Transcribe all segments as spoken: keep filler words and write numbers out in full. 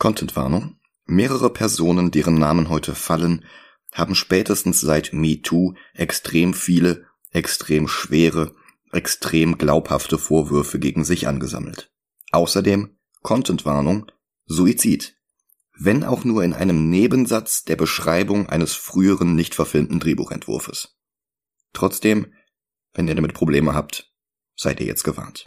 Contentwarnung. Mehrere Personen, deren Namen heute fallen, haben spätestens seit MeToo extrem viele, extrem schwere, extrem glaubhafte Vorwürfe gegen sich angesammelt. Außerdem Contentwarnung, Suizid. Wenn auch nur in einem Nebensatz der Beschreibung eines früheren nicht verfilmten Drehbuchentwurfes. Trotzdem, wenn ihr damit Probleme habt, seid ihr jetzt gewarnt.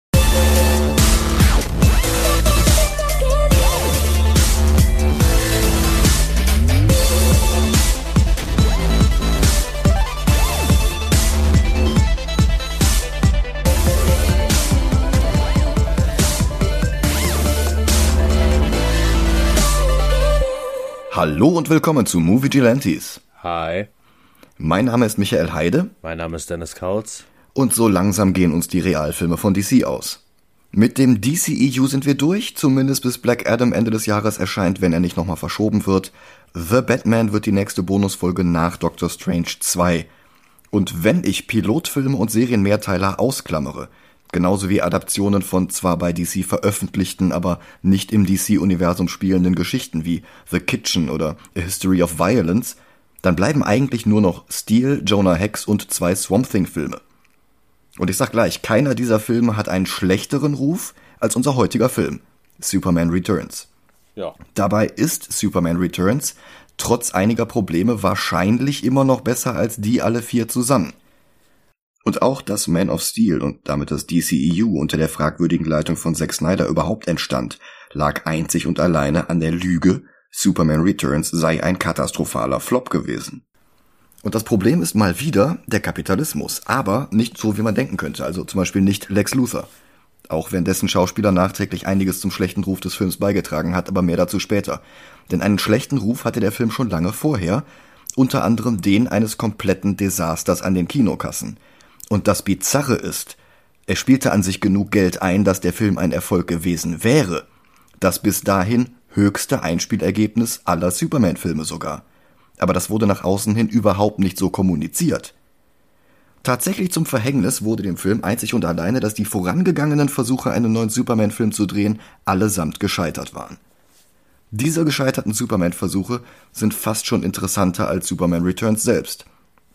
Hallo und willkommen zu Movie Gelantes. Hi. Mein Name ist Michael Heide. Mein Name ist Dennis Kautz. Und so langsam gehen uns die Realfilme von D C aus. Mit dem D C E U sind wir durch, zumindest bis Black Adam Ende des Jahres erscheint, wenn er nicht nochmal verschoben wird. The Batman wird die nächste Bonusfolge nach Doctor Strange zwei. Und wenn ich Pilotfilme und Serienmehrteiler ausklammere, genauso wie Adaptionen von zwar bei D C veröffentlichten, aber nicht im D C-Universum spielenden Geschichten wie The Kitchen oder A History of Violence, dann bleiben eigentlich nur noch Steel, Jonah Hex und zwei Swamp Thing-Filme. Und ich sag gleich, keiner dieser Filme hat einen schlechteren Ruf als unser heutiger Film, Superman Returns. Ja. Dabei ist Superman Returns trotz einiger Probleme wahrscheinlich immer noch besser als die alle vier zusammen. Und auch, dass Man of Steel und damit das D C E U unter der fragwürdigen Leitung von Zack Snyder überhaupt entstand, lag einzig und alleine an der Lüge, Superman Returns sei ein katastrophaler Flop gewesen. Und das Problem ist mal wieder der Kapitalismus, aber nicht so, wie man denken könnte, also zum Beispiel nicht Lex Luthor. Auch wenn dessen Schauspieler nachträglich einiges zum schlechten Ruf des Films beigetragen hat, aber mehr dazu später. Denn einen schlechten Ruf hatte der Film schon lange vorher, unter anderem den eines kompletten Desasters an den Kinokassen. Und das Bizarre ist, er spielte an sich genug Geld ein, dass der Film ein Erfolg gewesen wäre. Das bis dahin höchste Einspielergebnis aller Superman-Filme sogar. Aber das wurde nach außen hin überhaupt nicht so kommuniziert. Tatsächlich zum Verhängnis wurde dem Film einzig und alleine, dass die vorangegangenen Versuche, einen neuen Superman-Film zu drehen, allesamt gescheitert waren. Diese gescheiterten Superman-Versuche sind fast schon interessanter als Superman Returns selbst.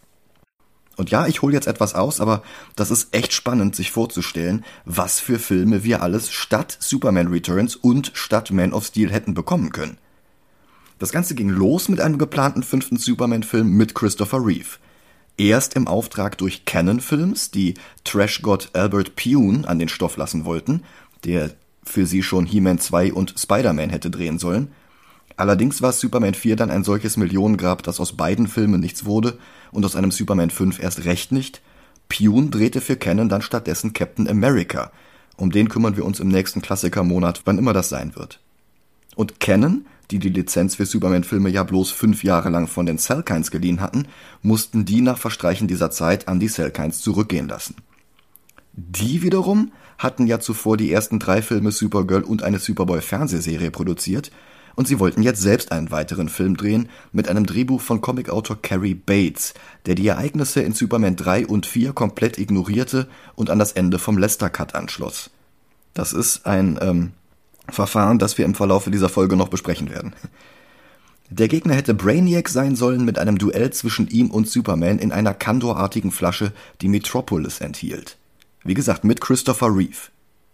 Und ja, ich hole jetzt etwas aus, aber das ist echt spannend, sich vorzustellen, was für Filme wir alles statt Superman Returns und statt Man of Steel hätten bekommen können. Das Ganze ging los mit einem geplanten fünften Superman-Film mit Christopher Reeve. Erst im Auftrag durch Cannon Films, die Trashgott Albert Pyun an den Stoff lassen wollten, der für sie schon He-Man zwei und Spider-Man hätte drehen sollen. Allerdings war Superman vier dann ein solches Millionengrab, dass aus beiden Filmen nichts wurde und aus einem Superman fünf erst recht nicht. Pyun drehte für Cannon dann stattdessen Captain America. Um den kümmern wir uns im nächsten Klassikermonat, wann immer das sein wird. Und Cannon, die die Lizenz für Superman-Filme ja bloß fünf Jahre lang von den Salkinds geliehen hatten, mussten die nach Verstreichen dieser Zeit an die Salkinds zurückgehen lassen. Die wiederum hatten ja zuvor die ersten drei Filme Supergirl und eine Superboy-Fernsehserie produziert, und sie wollten jetzt selbst einen weiteren Film drehen mit einem Drehbuch von Comicautor Cary Bates, der die Ereignisse in Superman drei und vier komplett ignorierte und an das Ende vom Lester Cut anschloss. Das ist ein ähm, Verfahren, das wir im Verlaufe dieser Folge noch besprechen werden. Der Gegner hätte Brainiac sein sollen mit einem Duell zwischen ihm und Superman in einer Kandor-artigen Flasche, die Metropolis enthielt. Wie gesagt, mit Christopher Reeve.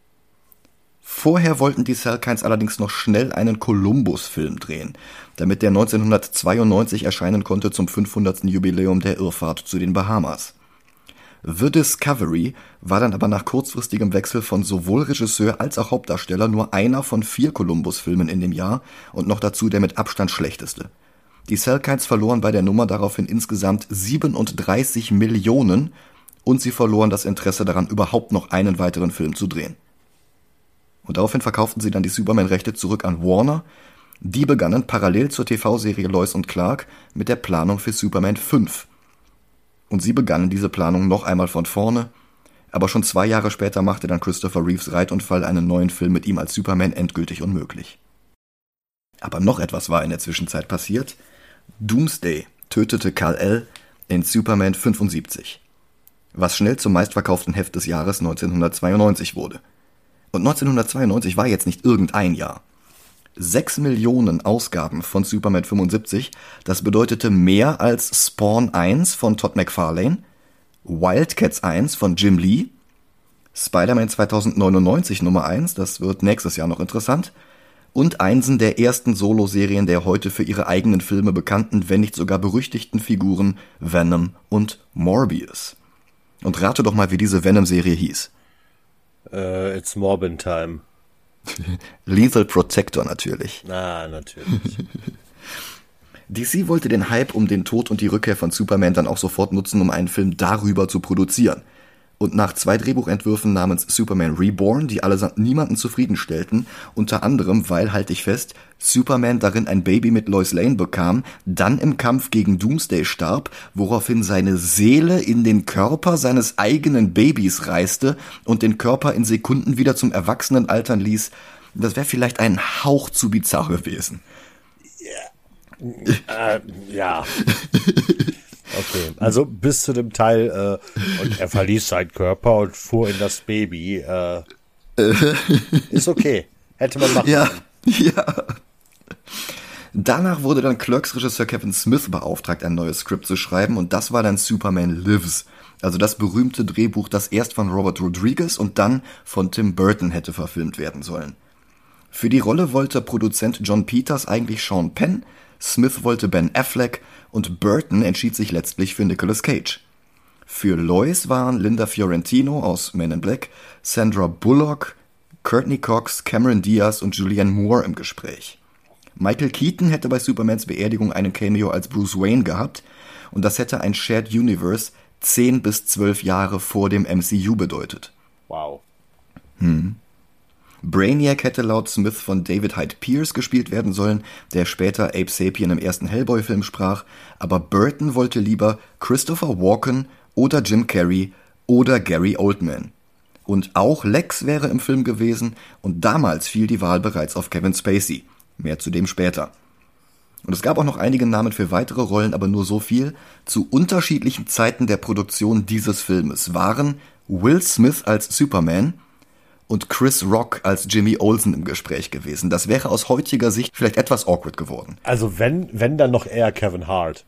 Vorher wollten die Salkinds allerdings noch schnell einen Columbus-Film drehen, damit der neunzehnhundertzweiundneunzig erscheinen konnte zum fünfhundertsten Jubiläum der Irrfahrt zu den Bahamas. The Discovery war dann aber nach kurzfristigem Wechsel von sowohl Regisseur als auch Hauptdarsteller nur einer von vier Columbus-Filmen in dem Jahr und noch dazu der mit Abstand schlechteste. Die Salkinds verloren bei der Nummer daraufhin insgesamt siebenunddreißig Millionen und sie verloren das Interesse daran, überhaupt noch einen weiteren Film zu drehen. Und daraufhin verkauften sie dann die Superman-Rechte zurück an Warner. Die begannen parallel zur T V-Serie Lois und Clark mit der Planung für Superman fünf. Und sie begannen diese Planung noch einmal von vorne, aber schon zwei Jahre später machte dann Christopher Reeves Reitunfall einen neuen Film mit ihm als Superman endgültig unmöglich. Aber noch etwas war in der Zwischenzeit passiert. Doomsday tötete Kal-El in Superman fünfundsiebzig, was schnell zum meistverkauften Heft des Jahres neunzehnhundertzweiundneunzig wurde. Und neunzehnhundertzweiundneunzig war jetzt nicht irgendein Jahr. Sechs Millionen Ausgaben von Superman fünfundsiebzig, das bedeutete mehr als Spawn eins von Todd McFarlane, Wildcats eins von Jim Lee, Spider-Man zweitausendneunundneunzig Nummer eins, das wird nächstes Jahr noch interessant, und Einsen der ersten Solo-Serien der heute für ihre eigenen Filme bekannten, wenn nicht sogar berüchtigten Figuren Venom und Morbius. Und rate doch mal, wie diese Venom-Serie hieß. Uh, it's Morbin Time. Lethal Protector natürlich. Ah, natürlich. D C wollte den Hype um den Tod und die Rückkehr von Superman dann auch sofort nutzen, um einen Film darüber zu produzieren. Und nach zwei Drehbuchentwürfen namens Superman Reborn, die allesamt niemanden zufriedenstellten, unter anderem, weil, halte ich fest, Superman darin ein Baby mit Lois Lane bekam, dann im Kampf gegen Doomsday starb, woraufhin seine Seele in den Körper seines eigenen Babys reiste und den Körper in Sekunden wieder zum Erwachsenen altern ließ, das wäre vielleicht ein Hauch zu bizarr gewesen. Ja. äh, ja. Okay, also bis zu dem Teil äh, und er verließ seinen Körper und fuhr in das Baby. Äh, ist okay, hätte man machen ja, können. Ja. Danach wurde dann Clerks-Regisseur Kevin Smith beauftragt, ein neues Skript zu schreiben, und das war dann Superman Lives, also das berühmte Drehbuch, das erst von Robert Rodriguez und dann von Tim Burton hätte verfilmt werden sollen. Für die Rolle wollte Produzent John Peters eigentlich Sean Penn, Smith wollte Ben Affleck und Burton entschied sich letztlich für Nicolas Cage. Für Lois waren Linda Fiorentino aus Men in Black, Sandra Bullock, Courtney Cox, Cameron Diaz und Julianne Moore im Gespräch. Michael Keaton hätte bei Supermans Beerdigung einen Cameo als Bruce Wayne gehabt, und das hätte ein Shared Universe zehn bis zwölf Jahre vor dem M C U bedeutet. Wow. Hm. Brainiac hätte laut Smith von David Hyde Pierce gespielt werden sollen, der später Abe Sapien im ersten Hellboy-Film sprach, aber Burton wollte lieber Christopher Walken oder Jim Carrey oder Gary Oldman. Und auch Lex wäre im Film gewesen, und damals fiel die Wahl bereits auf Kevin Spacey. Mehr zu dem später. Und es gab auch noch einige Namen für weitere Rollen, aber nur so viel. Zu unterschiedlichen Zeiten der Produktion dieses Filmes waren Will Smith als Superman und Chris Rock als Jimmy Olsen im Gespräch gewesen. Das wäre aus heutiger Sicht vielleicht etwas awkward geworden. Also wenn, wenn dann noch eher Kevin Hart.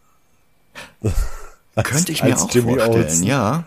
als, Könnte ich mir auch Jimmy vorstellen, Olsen. Ja.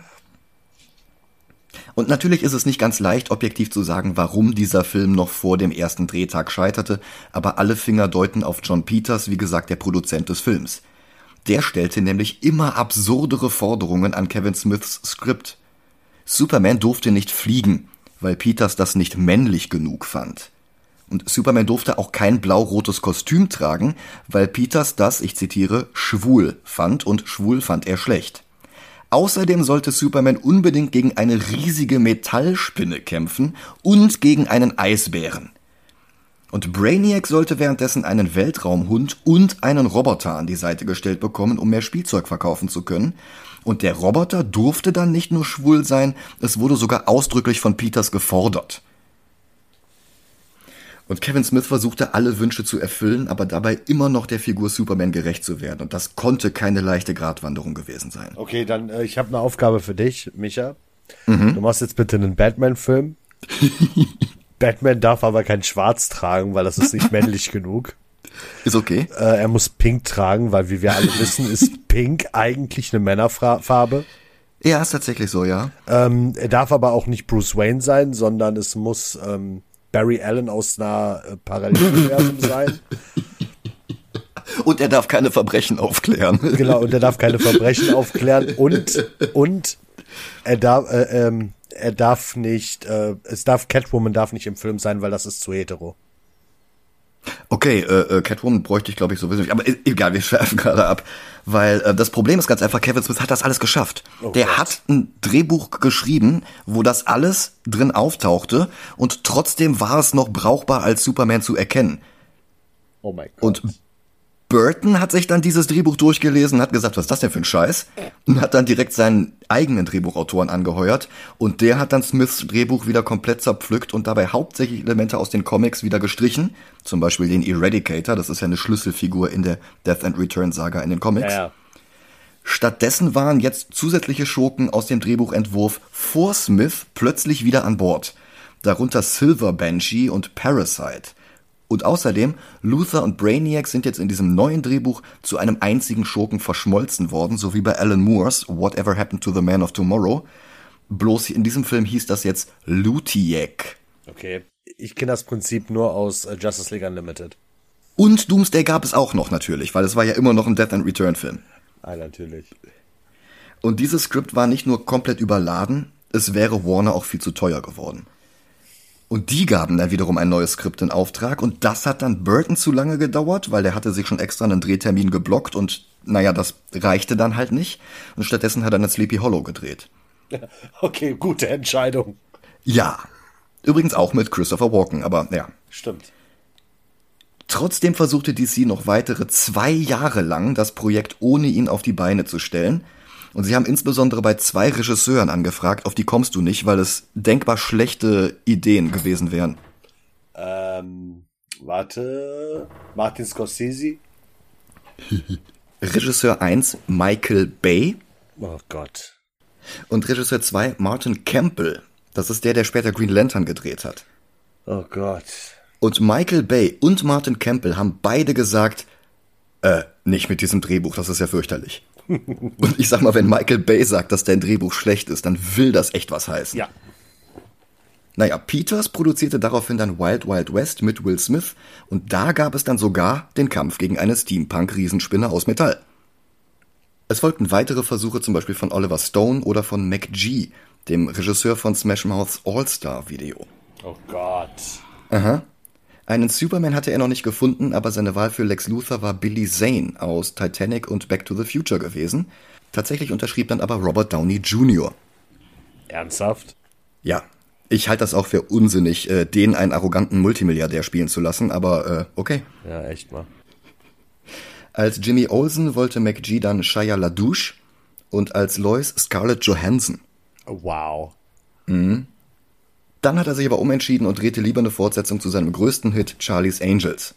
Und natürlich ist es nicht ganz leicht, objektiv zu sagen, warum dieser Film noch vor dem ersten Drehtag scheiterte, aber alle Finger deuten auf John Peters, wie gesagt, der Produzent des Films. Der stellte nämlich immer absurdere Forderungen an Kevin Smiths Skript. Superman durfte nicht fliegen, weil Peters das nicht männlich genug fand. Und Superman durfte auch kein blau-rotes Kostüm tragen, weil Peters das, ich zitiere, schwul fand, und schwul fand er schlecht. Außerdem sollte Superman unbedingt gegen eine riesige Metallspinne kämpfen und gegen einen Eisbären. Und Brainiac sollte währenddessen einen Weltraumhund und einen Roboter an die Seite gestellt bekommen, um mehr Spielzeug verkaufen zu können. Und der Roboter durfte dann nicht nur schwul sein, es wurde sogar ausdrücklich von Peters gefordert. Und Kevin Smith versuchte, alle Wünsche zu erfüllen, aber dabei immer noch der Figur Superman gerecht zu werden. Und das konnte keine leichte Gratwanderung gewesen sein. Okay, dann äh, ich habe eine Aufgabe für dich, Micha. Mhm. Du machst jetzt bitte einen Batman-Film. Batman darf aber kein Schwarz tragen, weil das ist nicht männlich genug. Ist okay. Äh, er muss Pink tragen, weil, wie wir alle wissen, ist Pink eigentlich eine Männerfarbe. Ja, ist tatsächlich so, ja. Ähm, er darf aber auch nicht Bruce Wayne sein, sondern es muss ähm, Barry Allen aus einer äh, Paralleluniversum sein. Und er darf keine Verbrechen aufklären. Genau, und er darf keine Verbrechen aufklären und und er darf äh, ähm, er darf nicht äh, es darf Catwoman darf nicht im Film sein, weil das ist zu hetero. Okay, äh, Catwoman bräuchte ich, glaube ich, sowieso nicht. Aber egal, wir schweifen gerade ab. Weil äh, das Problem ist ganz einfach, Kevin Smith hat das alles geschafft. Oh Der Gott. hat ein Drehbuch geschrieben, wo das alles drin auftauchte, und trotzdem war es noch brauchbar, als Superman zu erkennen. Oh mein Gott. Und Burton hat sich dann dieses Drehbuch durchgelesen und hat gesagt, was ist das denn für ein Scheiß? Und hat dann direkt seinen eigenen Drehbuchautoren angeheuert, und der hat dann Smiths Drehbuch wieder komplett zerpflückt und dabei hauptsächlich Elemente aus den Comics wieder gestrichen, zum Beispiel den Eradicator, das ist ja eine Schlüsselfigur in der Death and Return Saga in den Comics. Ja, ja. Stattdessen waren jetzt zusätzliche Schurken aus dem Drehbuchentwurf vor Smith plötzlich wieder an Bord, darunter Silver Banshee und Parasite. Und außerdem, Luthor und Brainiac sind jetzt in diesem neuen Drehbuch zu einem einzigen Schurken verschmolzen worden, so wie bei Alan Moores Whatever Happened to the Man of Tomorrow. Bloß in diesem Film hieß das jetzt Lutiak. Okay, ich kenne das Prinzip nur aus uh, Justice League Unlimited. Und Doomsday gab es auch noch natürlich, weil es war ja immer noch ein Death and Return Film. Ah, natürlich. Und dieses Skript war nicht nur komplett überladen, es wäre Warner auch viel zu teuer geworden. Und die gaben dann wiederum ein neues Skript in Auftrag und das hat dann Burton zu lange gedauert, weil der hatte sich schon extra einen Drehtermin geblockt und naja, das reichte dann halt nicht. Und stattdessen hat er eine Sleepy Hollow gedreht. Okay, gute Entscheidung. Ja, übrigens auch mit Christopher Walken, aber ja. Stimmt. Trotzdem versuchte D C noch weitere zwei Jahre lang, das Projekt ohne ihn auf die Beine zu stellen. Und sie haben insbesondere bei zwei Regisseuren angefragt, auf die kommst du nicht, weil es denkbar schlechte Ideen gewesen wären. Ähm, warte. Martin Scorsese? Regisseur eins, Michael Bay. Oh Gott. Und Regisseur zwei, Martin Campbell. Das ist der, der später Green Lantern gedreht hat. Oh Gott. Und Michael Bay und Martin Campbell haben beide gesagt, äh, nicht mit diesem Drehbuch, das ist ja fürchterlich. Und ich sag mal, wenn Michael Bay sagt, dass dein Drehbuch schlecht ist, dann will das echt was heißen. Ja. Naja, Peters produzierte daraufhin dann Wild Wild West mit Will Smith und da gab es dann sogar den Kampf gegen eine Steampunk-Riesenspinne aus Metall. Es folgten weitere Versuche zum Beispiel von Oliver Stone oder von McG, dem Regisseur von Smash Mouth's All-Star-Video. Oh Gott. Aha. Einen Superman hatte er noch nicht gefunden, aber seine Wahl für Lex Luthor war Billy Zane aus Titanic und Back to the Future gewesen. Tatsächlich unterschrieb dann aber Robert Downey Junior Ernsthaft? Ja, ich halte das auch für unsinnig, äh, den einen arroganten Multimilliardär spielen zu lassen, aber äh, okay. Ja, echt mal. Als Jimmy Olsen wollte McG dann Shia LaDouche und als Lois Scarlett Johansson. Wow. Mhm. Dann hat er sich aber umentschieden und drehte lieber eine Fortsetzung zu seinem größten Hit Charlie's Angels.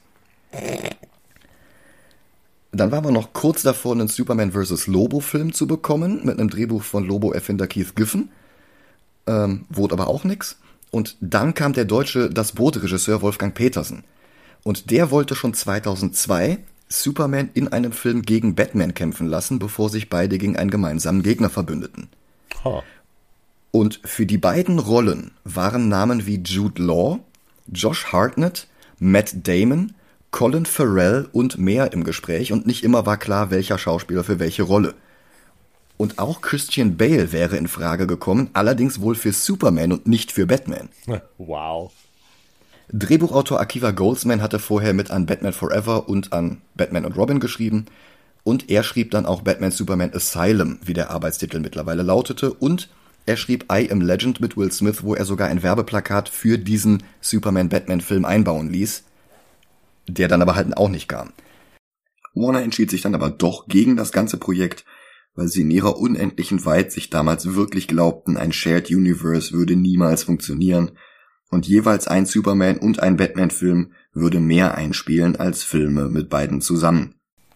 Dann waren wir noch kurz davor, einen Superman versus. Lobo-Film zu bekommen, mit einem Drehbuch von Lobo-Erfinder Keith Giffen. Ähm, wurde aber auch nix. Und dann kam der deutsche Das Boot-Regisseur Wolfgang Petersen. Und der wollte schon zweitausendzwei Superman in einem Film gegen Batman kämpfen lassen, bevor sich beide gegen einen gemeinsamen Gegner verbündeten. Huh. Und für die beiden Rollen waren Namen wie Jude Law, Josh Hartnett, Matt Damon, Colin Farrell und mehr im Gespräch und nicht immer war klar, welcher Schauspieler für welche Rolle. Und auch Christian Bale wäre in Frage gekommen, allerdings wohl für Superman und nicht für Batman. Wow. Drehbuchautor Akiva Goldsman hatte vorher mit an Batman Forever und an Batman und Robin geschrieben und er schrieb dann auch Batman Superman Asylum, wie der Arbeitstitel mittlerweile lautete, und er schrieb I Am Legend mit Will Smith, wo er sogar ein Werbeplakat für diesen Superman-Batman-Film einbauen ließ, der dann aber halt auch nicht kam. Warner entschied sich dann aber doch gegen das ganze Projekt, weil sie in ihrer unendlichen Weitsicht damals wirklich glaubten, ein Shared Universe würde niemals funktionieren und jeweils ein Superman- und ein Batman-Film würde mehr einspielen als Filme mit beiden zusammen.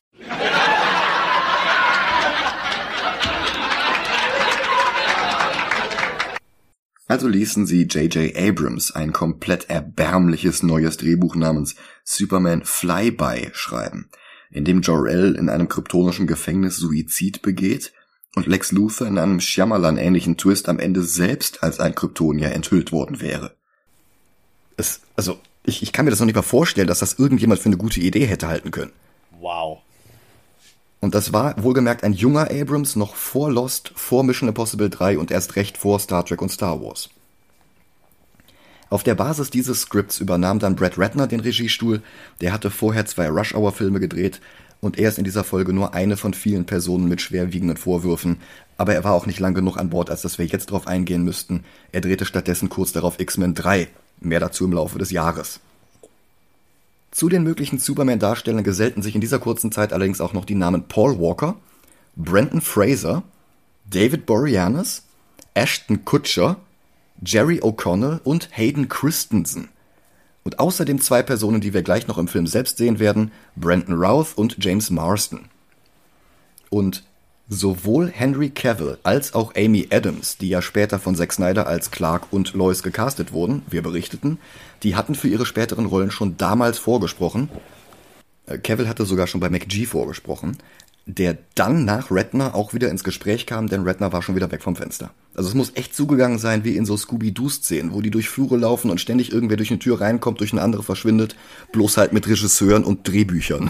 Also ließen sie J J Abrams ein komplett erbärmliches neues Drehbuch namens Superman Flyby schreiben, in dem Jor-El in einem kryptonischen Gefängnis Suizid begeht und Lex Luthor in einem Shyamalan-ähnlichen Twist am Ende selbst als ein Kryptonier enthüllt worden wäre. Es, also, ich, ich kann mir das noch nicht mal vorstellen, dass das irgendjemand für eine gute Idee hätte halten können. Wow. Und das war wohlgemerkt ein junger Abrams, noch vor Lost, vor Mission Impossible drei und erst recht vor Star Trek und Star Wars. Auf der Basis dieses Skripts übernahm dann Brett Ratner den Regiestuhl, der hatte vorher zwei Rush-Hour-Filme gedreht und er ist in dieser Folge nur eine von vielen Personen mit schwerwiegenden Vorwürfen, aber er war auch nicht lang genug an Bord, als dass wir jetzt drauf eingehen müssten. Er drehte stattdessen kurz darauf X-Men drei, mehr dazu im Laufe des Jahres. Zu den möglichen Superman-Darstellern gesellten sich in dieser kurzen Zeit allerdings auch noch die Namen Paul Walker, Brendan Fraser, David Boreanaz, Ashton Kutcher, Jerry O'Connell und Hayden Christensen. Und außerdem zwei Personen, die wir gleich noch im Film selbst sehen werden, Brandon Routh und James Marsden. Und Sowohl Henry Cavill als auch Amy Adams, die ja später von Zack Snyder als Clark und Lois gecastet wurden, wir berichteten, die hatten für ihre späteren Rollen schon damals vorgesprochen. Cavill hatte sogar schon bei McG vorgesprochen, der dann nach Ratner auch wieder ins Gespräch kam, denn Ratner war schon wieder weg vom Fenster. Also es muss echt zugegangen sein wie in so Scooby-Doo-Szenen, wo die durch Flure laufen und ständig irgendwer durch eine Tür reinkommt, durch eine andere verschwindet, bloß halt mit Regisseuren und Drehbüchern.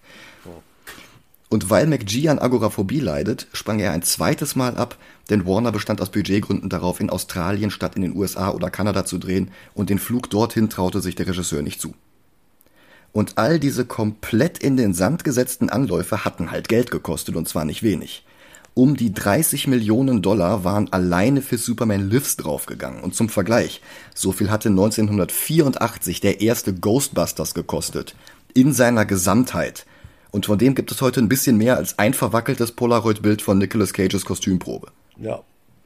Und weil McG an Agoraphobie leidet, sprang er ein zweites Mal ab, denn Warner bestand aus Budgetgründen darauf, in Australien statt in den U S A oder Kanada zu drehen, und den Flug dorthin traute sich der Regisseur nicht zu. Und all diese komplett in den Sand gesetzten Anläufe hatten halt Geld gekostet, und zwar nicht wenig. Um die dreißig Millionen Dollar waren alleine für Superman Lives draufgegangen. Und zum Vergleich, so viel hatte neunzehnhundertvierundachtzig der erste Ghostbusters gekostet. In seiner Gesamtheit. Und von dem gibt es heute ein bisschen mehr als ein verwackeltes Polaroid-Bild von Nicolas Cages Kostümprobe. Ja.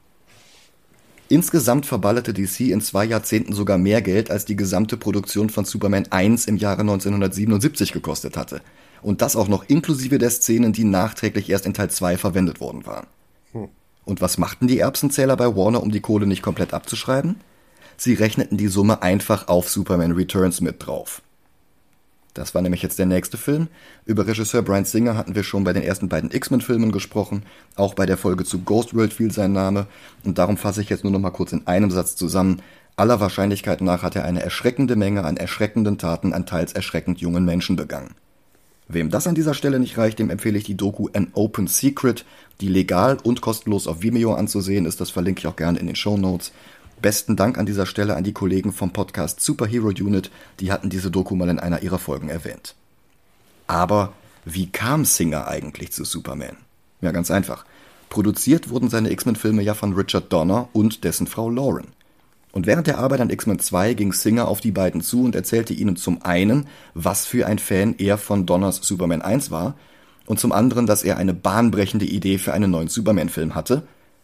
Insgesamt verballerte D C in zwei Jahrzehnten sogar mehr Geld, als die gesamte Produktion von Superman eins im Jahre neunzehnhundertsiebenundsiebzig gekostet hatte. Und das auch noch inklusive der Szenen, die nachträglich erst in Teil zwei verwendet worden waren. Hm. Und was machten die Erbsenzähler bei Warner, um die Kohle nicht komplett abzuschreiben? Sie rechneten die Summe einfach auf Superman Returns mit drauf. Das war nämlich jetzt der nächste Film. Über Regisseur Bryan Singer hatten wir schon bei den ersten beiden X-Men-Filmen gesprochen. Auch bei der Folge zu Ghost World fiel sein Name. Und darum fasse ich jetzt nur noch mal kurz in einem Satz zusammen. Aller Wahrscheinlichkeit nach hat er eine erschreckende Menge an erschreckenden Taten an teils erschreckend jungen Menschen begangen. Wem das an dieser Stelle nicht reicht, dem empfehle ich die Doku An Open Secret, die legal und kostenlos auf Vimeo anzusehen ist. Das verlinke ich auch gerne in den Shownotes. Besten Dank an dieser Stelle an die Kollegen vom Podcast Superhero Unit, die hatten diese Doku mal in einer ihrer Folgen erwähnt. Aber wie kam Singer eigentlich zu Superman? Ja, ganz einfach. Produziert wurden seine X-Men-Filme ja von Richard Donner und dessen Frau Lauren. Und während der Arbeit an X-Men zwei ging Singer auf die beiden zu und erzählte ihnen zum einen, was für ein Fan er von Donners Superman eins war, und zum anderen, dass er eine bahnbrechende Idee für einen neuen Superman-Film hatte.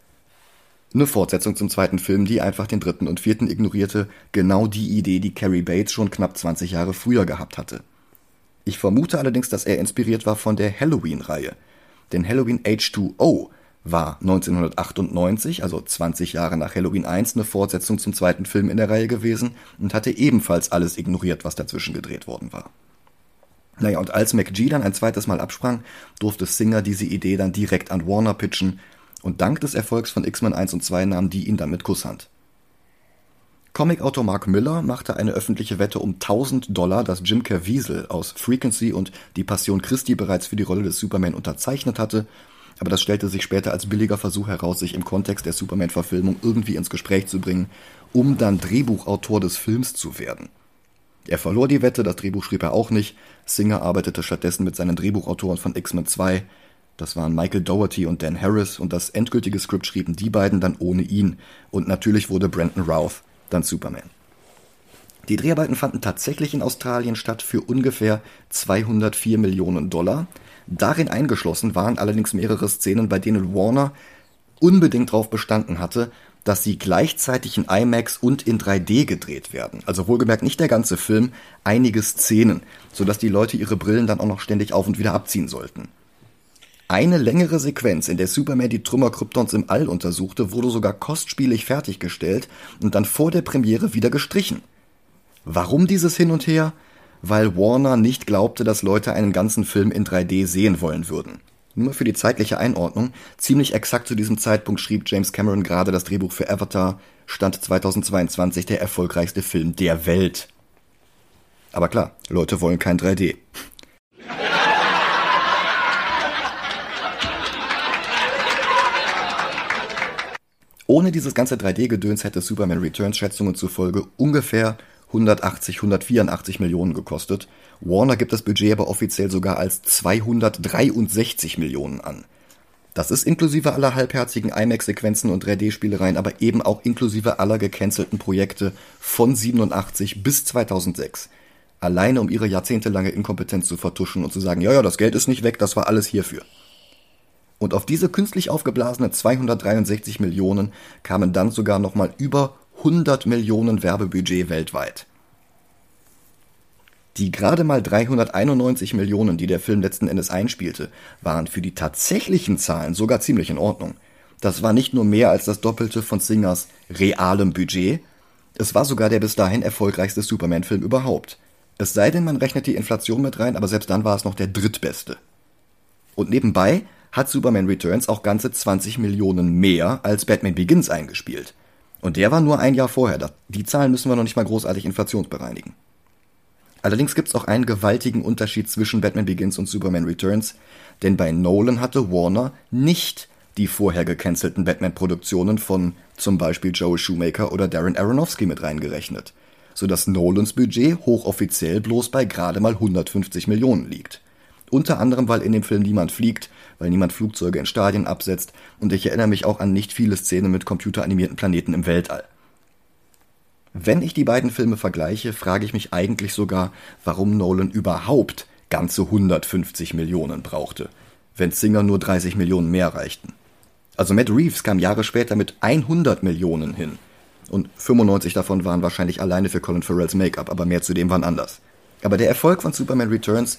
Eine Fortsetzung zum zweiten Film, die einfach den dritten und vierten ignorierte, genau die Idee, die Cary Bates schon knapp zwanzig Jahre früher gehabt hatte. Ich vermute allerdings, dass er inspiriert war von der Halloween-Reihe. Denn Halloween H zwei O war neunzehnhundertachtundneunzig, also zwanzig Jahre nach Halloween eins, eine Fortsetzung zum zweiten Film in der Reihe gewesen und hatte ebenfalls alles ignoriert, was dazwischen gedreht worden war. Naja, und als McG dann ein zweites Mal absprang, durfte Singer diese Idee dann direkt an Warner pitchen, und dank des Erfolgs von X-Men eins und zwei nahmen die ihn dann mit Kusshand. Comicautor Mark Millar machte eine öffentliche Wette um tausend Dollar, dass Jim Caviezel aus Frequency und Die Passion Christi bereits für die Rolle des Superman unterzeichnet hatte, aber das stellte sich später als billiger Versuch heraus, sich im Kontext der Superman-Verfilmung irgendwie ins Gespräch zu bringen, um dann Drehbuchautor des Films zu werden. Er verlor die Wette, das Drehbuch schrieb er auch nicht, Singer arbeitete stattdessen mit seinen Drehbuchautoren von X-Men zwei, das waren Michael Dougherty und Dan Harris, und das endgültige Skript schrieben die beiden dann ohne ihn. Und natürlich wurde Brandon Routh dann Superman. Die Dreharbeiten fanden tatsächlich in Australien statt für ungefähr zweihundertvier Millionen Dollar. Darin eingeschlossen waren allerdings mehrere Szenen, bei denen Warner unbedingt darauf bestanden hatte, dass sie gleichzeitig in IMAX und in drei D gedreht werden. Also wohlgemerkt nicht der ganze Film, einige Szenen, sodass die Leute ihre Brillen dann auch noch ständig auf und wieder abziehen sollten. Eine längere Sequenz, in der Superman die Trümmer Kryptons im All untersuchte, wurde sogar kostspielig fertiggestellt und dann vor der Premiere wieder gestrichen. Warum dieses Hin und Her? Weil Warner nicht glaubte, dass Leute einen ganzen Film in drei D sehen wollen würden. Nur für die zeitliche Einordnung, ziemlich exakt zu diesem Zeitpunkt schrieb James Cameron gerade das Drehbuch für Avatar, Stand zweitausendzweiundzwanzig der erfolgreichste Film der Welt. Aber klar, Leute wollen kein drei D. Ohne dieses ganze drei D-Gedöns hätte Superman Returns Schätzungen zufolge ungefähr hundertachtzig, hundertvierundachtzig Millionen gekostet. Warner gibt das Budget aber offiziell sogar als zweihundertdreiundsechzig Millionen an. Das ist inklusive aller halbherzigen IMAX-Sequenzen und drei D-Spielereien, aber eben auch inklusive aller gecancelten Projekte von siebenundachtzig bis zweitausendsechs. Alleine um ihre jahrzehntelange Inkompetenz zu vertuschen und zu sagen, ja, ja, das Geld ist nicht weg, das war alles hierfür. Und auf diese künstlich aufgeblasene zweihundertdreiundsechzig Millionen kamen dann sogar nochmal über hundert Millionen Werbebudget weltweit. Die gerade mal dreihunderteinundneunzig Millionen, die der Film letzten Endes einspielte, waren für die tatsächlichen Zahlen sogar ziemlich in Ordnung. Das war nicht nur mehr als das Doppelte von Singers realem Budget, es war sogar der bis dahin erfolgreichste Superman-Film überhaupt. Es sei denn, man rechnet die Inflation mit rein, aber selbst dann war es noch der drittbeste. Und nebenbei hat Superman Returns auch ganze zwanzig Millionen mehr als Batman Begins eingespielt. Und der war nur ein Jahr vorher. Die Zahlen müssen wir noch nicht mal großartig inflationsbereinigen. Allerdings gibt's auch einen gewaltigen Unterschied zwischen Batman Begins und Superman Returns, denn bei Nolan hatte Warner nicht die vorher gecancelten Batman-Produktionen von zum Beispiel Joel Schumacher oder Darren Aronofsky mit reingerechnet, sodass Nolans Budget hochoffiziell bloß bei gerade mal hundertfünfzig Millionen liegt. Unter anderem, weil in dem Film niemand fliegt, weil niemand Flugzeuge in Stadien absetzt und ich erinnere mich auch an nicht viele Szenen mit computeranimierten Planeten im Weltall. Wenn ich die beiden Filme vergleiche, frage ich mich eigentlich sogar, warum Nolan überhaupt ganze hundertfünfzig Millionen brauchte, wenn Singer nur dreißig Millionen mehr reichten. Also Matt Reeves kam Jahre später mit hundert Millionen hin. Und fünfundneunzig davon waren wahrscheinlich alleine für Colin Farrells Make-up, aber mehr zudem waren anders. Aber der Erfolg von Superman Returns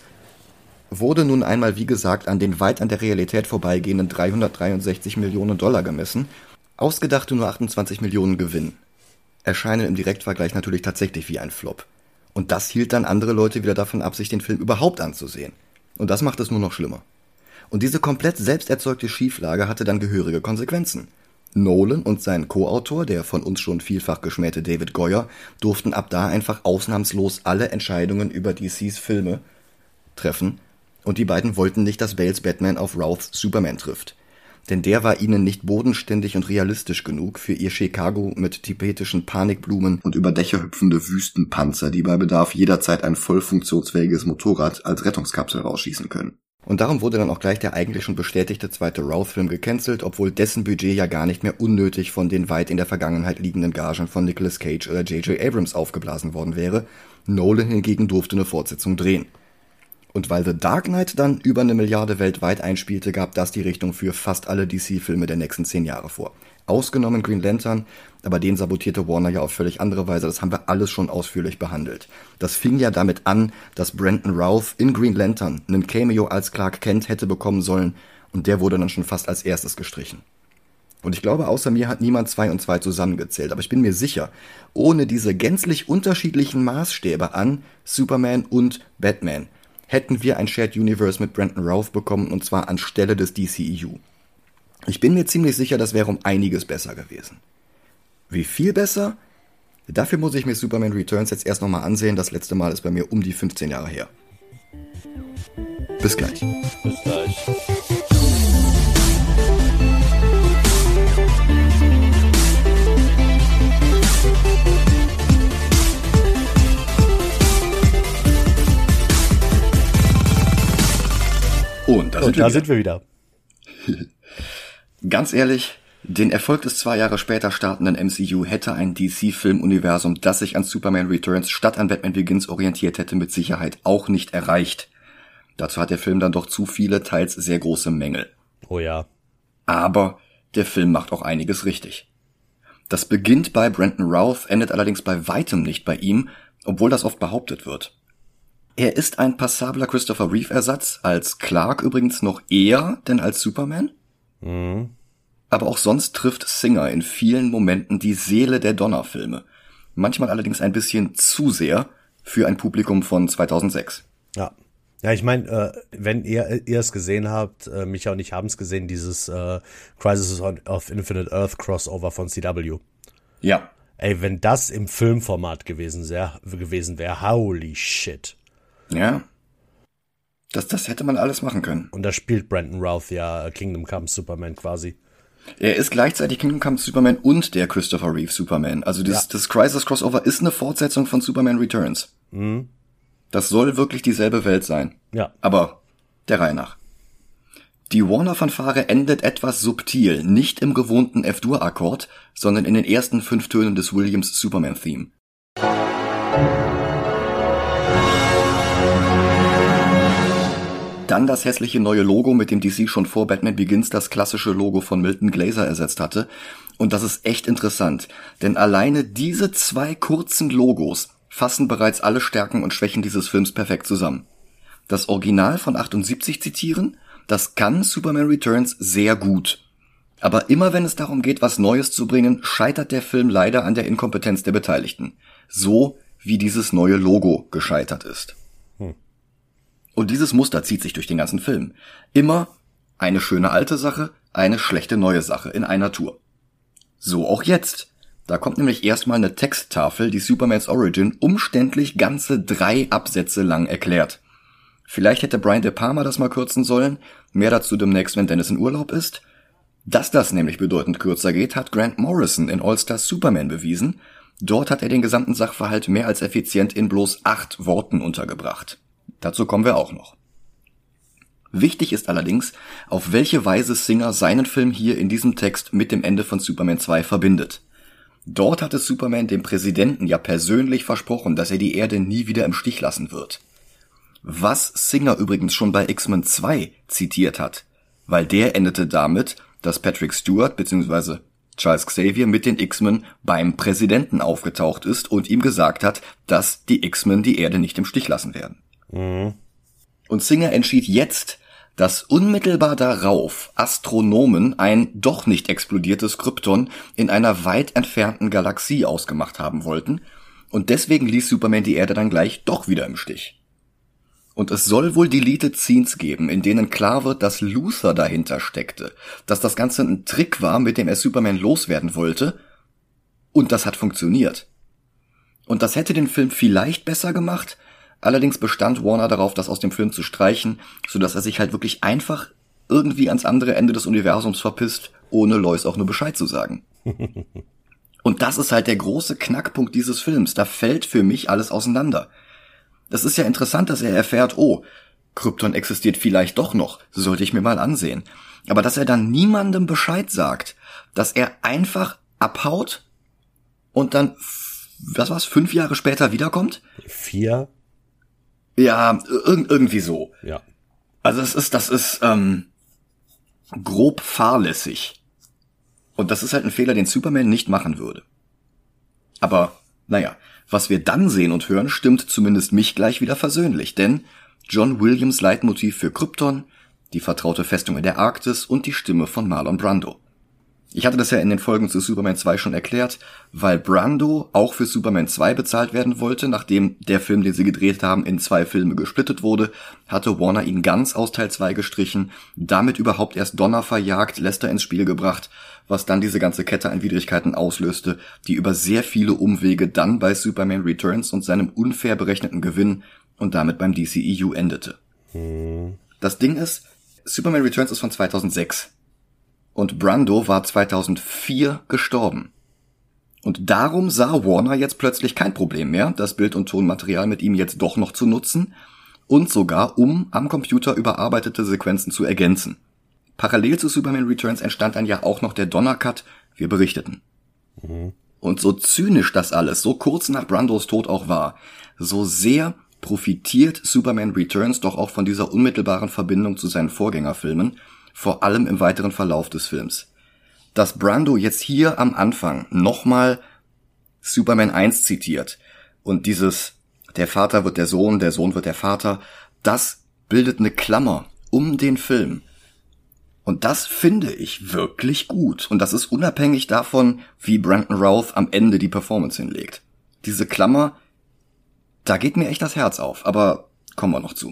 wurde nun einmal, wie gesagt, an den weit an der Realität vorbeigehenden dreihundertdreiundsechzig Millionen Dollar gemessen, ausgedachte nur achtundzwanzig Millionen Gewinn. Erscheinen im Direktvergleich natürlich tatsächlich wie ein Flop. Und das hielt dann andere Leute wieder davon ab, sich den Film überhaupt anzusehen. Und das macht es nur noch schlimmer. Und diese komplett selbst erzeugte Schieflage hatte dann gehörige Konsequenzen. Nolan und sein Co-Autor, der von uns schon vielfach geschmähte David Goyer, durften ab da einfach ausnahmslos alle Entscheidungen über D Cs Filme treffen, und die beiden wollten nicht, dass Bales Batman auf Rouths Superman trifft. Denn der war ihnen nicht bodenständig und realistisch genug für ihr Chicago mit tibetischen Panikblumen und über Dächer hüpfende Wüstenpanzer, die bei Bedarf jederzeit ein voll funktionsfähiges Motorrad als Rettungskapsel rausschießen können. Und darum wurde dann auch gleich der eigentlich schon bestätigte zweite Routh-Film gecancelt, obwohl dessen Budget ja gar nicht mehr unnötig von den weit in der Vergangenheit liegenden Gagen von Nicolas Cage oder J J Abrams aufgeblasen worden wäre. Nolan hingegen durfte eine Fortsetzung drehen. Und weil The Dark Knight dann über eine Milliarde weltweit einspielte, gab das die Richtung für fast alle D C-Filme der nächsten zehn Jahre vor. Ausgenommen Green Lantern, aber den sabotierte Warner ja auf völlig andere Weise, das haben wir alles schon ausführlich behandelt. Das fing ja damit an, dass Brandon Routh in Green Lantern einen Cameo als Clark Kent hätte bekommen sollen und der wurde dann schon fast als erstes gestrichen. Und ich glaube, außer mir hat niemand zwei und zwei zusammengezählt, aber ich bin mir sicher, ohne diese gänzlich unterschiedlichen Maßstäbe an Superman und Batman hätten wir ein Shared Universe mit Brandon Routh bekommen, und zwar anstelle des D C E U. Ich bin mir ziemlich sicher, das wäre um einiges besser gewesen. Wie viel besser? Dafür muss ich mir Superman Returns jetzt erst nochmal ansehen. Das letzte Mal ist bei mir um die fünfzehn Jahre her. Bis gleich. Bis gleich. Und da, sind, Und wir da sind wir wieder. Ganz ehrlich, den Erfolg des zwei Jahre später startenden M C U hätte ein D C-Filmuniversum, das sich an Superman Returns statt an Batman Begins orientiert hätte, mit Sicherheit auch nicht erreicht. Dazu hat der Film dann doch zu viele, teils sehr große Mängel. Oh ja. Aber der Film macht auch einiges richtig. Das beginnt bei Brandon Routh, endet allerdings bei weitem nicht bei ihm, obwohl das oft behauptet wird. Er ist ein passabler Christopher Reeve-Ersatz, als Clark übrigens noch eher denn als Superman. Mhm. Aber auch sonst trifft Singer in vielen Momenten die Seele der Donner-Filme. Manchmal allerdings ein bisschen zu sehr für ein Publikum von zweitausendsechs. Ja. Ja, ich meine, äh, wenn ihr ihr es gesehen habt, äh, Micha und ich haben es gesehen, dieses äh, Crisis of Infinite Earth Crossover von C W. Ja. Ey, wenn das im Filmformat gewesen wäre, gewesen wäre, holy shit. Ja. Das, das hätte man alles machen können. Und da spielt Brandon Routh ja Kingdom Come Superman quasi. Er ist gleichzeitig Kingdom Come Superman und der Christopher Reeve Superman. Also das, ja. das Crisis Crossover ist eine Fortsetzung von Superman Returns. Mhm. Das soll wirklich dieselbe Welt sein. Ja. Aber der Reihe nach. Die Warner-Fanfare endet etwas subtil, nicht im gewohnten F-Dur-Akkord, sondern in den ersten fünf Tönen des Williams Superman-Theme. Dann das hässliche neue Logo, mit dem D C schon vor Batman Begins das klassische Logo von Milton Glaser ersetzt hatte. Und das ist echt interessant, denn alleine diese zwei kurzen Logos fassen bereits alle Stärken und Schwächen dieses Films perfekt zusammen. Das Original von achtundsiebzig zitieren, das kann Superman Returns sehr gut. Aber immer wenn es darum geht, was Neues zu bringen, scheitert der Film leider an der Inkompetenz der Beteiligten. So wie dieses neue Logo gescheitert ist. Hm. Und dieses Muster zieht sich durch den ganzen Film. Immer eine schöne alte Sache, eine schlechte neue Sache in einer Tour. So auch jetzt. Da kommt nämlich erstmal eine Texttafel, die Supermans Origin umständlich ganze drei Absätze lang erklärt. Vielleicht hätte Brian De Palma das mal kürzen sollen, mehr dazu demnächst, wenn Dennis in Urlaub ist. Dass das nämlich bedeutend kürzer geht, hat Grant Morrison in All-Star Superman bewiesen. Dort hat er den gesamten Sachverhalt mehr als effizient in bloß acht Worten untergebracht. Dazu kommen wir auch noch. Wichtig ist allerdings, auf welche Weise Singer seinen Film hier in diesem Text mit dem Ende von Superman zwei verbindet. Dort hatte Superman dem Präsidenten ja persönlich versprochen, dass er die Erde nie wieder im Stich lassen wird. Was Singer übrigens schon bei X-Men zwei zitiert hat, weil der endete damit, dass Patrick Stewart bzw. Charles Xavier mit den X-Men beim Präsidenten aufgetaucht ist und ihm gesagt hat, dass die X-Men die Erde nicht im Stich lassen werden. Mhm. Und Singer entschied jetzt, dass unmittelbar darauf Astronomen ein doch nicht explodiertes Krypton in einer weit entfernten Galaxie ausgemacht haben wollten, und deswegen ließ Superman die Erde dann gleich doch wieder im Stich. Und es soll wohl Deleted Scenes geben, in denen klar wird, dass Luthor dahinter steckte, dass das Ganze ein Trick war, mit dem er Superman loswerden wollte, und das hat funktioniert. Und das hätte den Film vielleicht besser gemacht, allerdings bestand Warner darauf, das aus dem Film zu streichen, sodass er sich halt wirklich einfach irgendwie ans andere Ende des Universums verpisst, ohne Lois auch nur Bescheid zu sagen. Und das ist halt der große Knackpunkt dieses Films, da fällt für mich alles auseinander. Das ist ja interessant, dass er erfährt, oh, Krypton existiert vielleicht doch noch, sollte ich mir mal ansehen. Aber dass er dann niemandem Bescheid sagt, dass er einfach abhaut und dann, was war's, fünf Jahre später wiederkommt? Vier? Ja, ir- irgendwie so. Ja. Also es ist, das ist ähm, grob fahrlässig. Und das ist halt ein Fehler, den Superman nicht machen würde. Aber, naja, was wir dann sehen und hören, stimmt zumindest mich gleich wieder versöhnlich, denn John Williams' Leitmotiv für Krypton, die vertraute Festung in der Arktis und die Stimme von Marlon Brando. Ich hatte das ja in den Folgen zu Superman zwei schon erklärt, weil Brando auch für Superman zwei bezahlt werden wollte, nachdem der Film, den sie gedreht haben, in zwei Filme gesplittet wurde, hatte Warner ihn ganz aus Teil zwei gestrichen, damit überhaupt erst Donner verjagt, Lester ins Spiel gebracht, was dann diese ganze Kette an Widrigkeiten auslöste, die über sehr viele Umwege dann bei Superman Returns und seinem unfair berechneten Gewinn und damit beim D C E U endete. Hm. Das Ding ist, Superman Returns ist von zweitausendsechs. Und Brando war zweitausendvier gestorben. Und darum sah Warner jetzt plötzlich kein Problem mehr, das Bild- und Tonmaterial mit ihm jetzt doch noch zu nutzen und sogar um am Computer überarbeitete Sequenzen zu ergänzen. Parallel zu Superman Returns entstand dann ja auch noch der Donner-Cut, wir berichteten. Mhm. Und so zynisch das alles, so kurz nach Brandos Tod auch war, so sehr profitiert Superman Returns doch auch von dieser unmittelbaren Verbindung zu seinen Vorgängerfilmen, vor allem im weiteren Verlauf des Films. Dass Brando jetzt hier am Anfang nochmal Superman eins zitiert und dieses der Vater wird der Sohn, der Sohn wird der Vater, das bildet eine Klammer um den Film. Und das finde ich wirklich gut. Und das ist unabhängig davon, wie Brandon Routh am Ende die Performance hinlegt. Diese Klammer, da geht mir echt das Herz auf, aber kommen wir noch zu.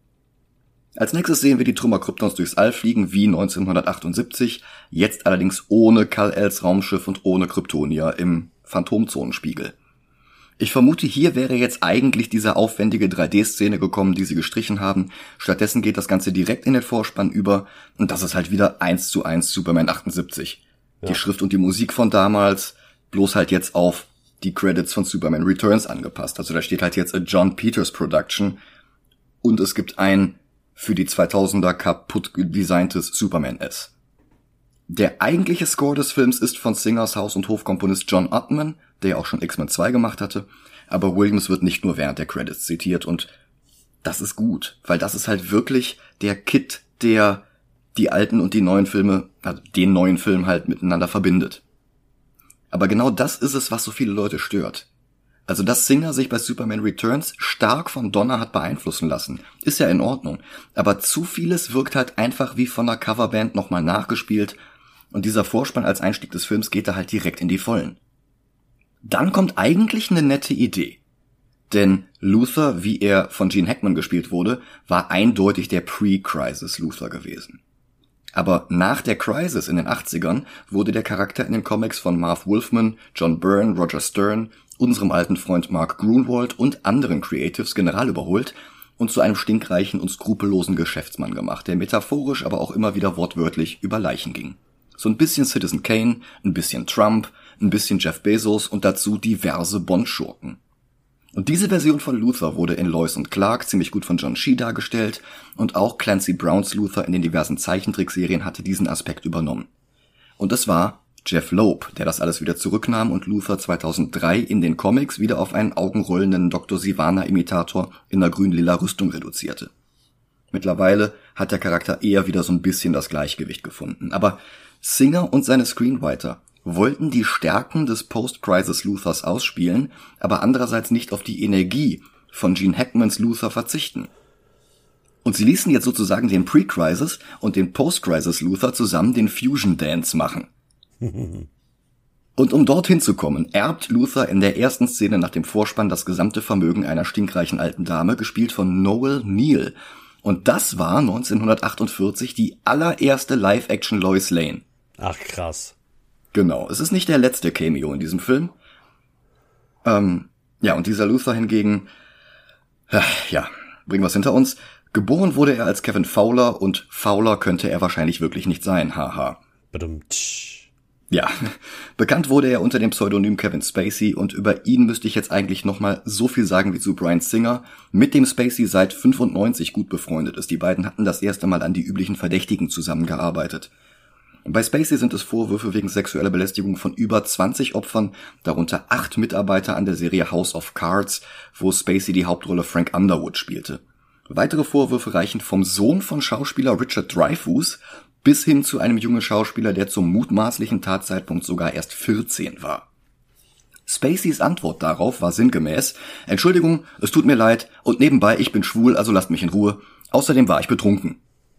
Als nächstes sehen wir die Trümmer Kryptons durchs All fliegen wie neunzehnhundertachtundsiebzig, jetzt allerdings ohne Kal-Els Raumschiff und ohne Kryptonier im Phantomzonenspiegel. Ich vermute, hier wäre jetzt eigentlich diese aufwendige drei D-Szene gekommen, die sie gestrichen haben. Stattdessen geht das Ganze direkt in den Vorspann über und das ist halt wieder eins zu eins Superman achtundsiebzig. Ja. Die Schrift und die Musik von damals, bloß halt jetzt auf die Credits von Superman Returns angepasst. Also da steht halt jetzt a John Peters Production und es gibt ein für die zweitausender kaputt designtes Superman S. Der eigentliche Score des Films ist von Singers Haus- und Hofkomponist John Ottman, der ja auch schon X-Men zwei gemacht hatte, aber Williams wird nicht nur während der Credits zitiert und das ist gut, weil das ist halt wirklich der Kit, der die alten und die neuen Filme, also den neuen Film halt miteinander verbindet. Aber genau das ist es, was so viele Leute stört. Also, dass Singer sich bei Superman Returns stark von Donner hat beeinflussen lassen, ist ja in Ordnung. Aber zu vieles wirkt halt einfach wie von einer Coverband nochmal nachgespielt. Und dieser Vorspann als Einstieg des Films geht da halt direkt in die Vollen. Dann kommt eigentlich eine nette Idee. Denn Luthor, wie er von Gene Hackman gespielt wurde, war eindeutig der Pre-Crisis Luthor gewesen. Aber nach der Crisis in den achtzigern wurde der Charakter in den Comics von Marv Wolfman, John Byrne, Roger Stern, unserem alten Freund Mark Gruenwald und anderen Creatives general überholt und zu einem stinkreichen und skrupellosen Geschäftsmann gemacht, der metaphorisch, aber auch immer wieder wortwörtlich über Leichen ging. So ein bisschen Citizen Kane, ein bisschen Trump, ein bisschen Jeff Bezos und dazu diverse Bond-Schurken. Und diese Version von Luthor wurde in Lois und Clark ziemlich gut von John Shee dargestellt und auch Clancy Browns Luthor in den diversen Zeichentrickserien hatte diesen Aspekt übernommen. Und es war Jeff Loeb, der das alles wieder zurücknahm und Luthor zweitausenddrei in den Comics wieder auf einen augenrollenden Doktor Sivana-Imitator in einer grün-lila Rüstung reduzierte. Mittlerweile hat der Charakter eher wieder so ein bisschen das Gleichgewicht gefunden. Aber Singer und seine Screenwriter wollten die Stärken des Post-Crisis Luthors ausspielen, aber andererseits nicht auf die Energie von Gene Hackmans Luthor verzichten. Und sie ließen jetzt sozusagen den Pre-Crisis und den Post-Crisis Luthor zusammen den Fusion Dance machen. Und um dorthin zu kommen, erbt Luthor in der ersten Szene nach dem Vorspann das gesamte Vermögen einer stinkreichen alten Dame, gespielt von Noel Neill. Und das war neunzehnhundertachtundvierzig die allererste Live-Action Lois Lane. Ach, krass. Genau, es ist nicht der letzte Cameo in diesem Film. Ähm, ja, und dieser Luthor hingegen, ja, bringen wir es hinter uns. Geboren wurde er als Kevin Fowler und Fowler könnte er wahrscheinlich wirklich nicht sein, haha. Ja, bekannt wurde er unter dem Pseudonym Kevin Spacey und über ihn müsste ich jetzt eigentlich nochmal so viel sagen wie zu Bryan Singer, mit dem Spacey seit fünfundneunzig gut befreundet ist. Die beiden hatten das erste Mal an die üblichen Verdächtigen zusammengearbeitet. Bei Spacey sind es Vorwürfe wegen sexueller Belästigung von über zwanzig Opfern, darunter acht Mitarbeiter an der Serie House of Cards, wo Spacey die Hauptrolle Frank Underwood spielte. Weitere Vorwürfe reichen vom Sohn von Schauspieler Richard Dreyfuss bis hin zu einem jungen Schauspieler, der zum mutmaßlichen Tatzeitpunkt sogar erst vierzehn war. Spaceys Antwort darauf war sinngemäß: Entschuldigung, es tut mir leid und nebenbei, ich bin schwul, also lasst mich in Ruhe. Außerdem war ich betrunken.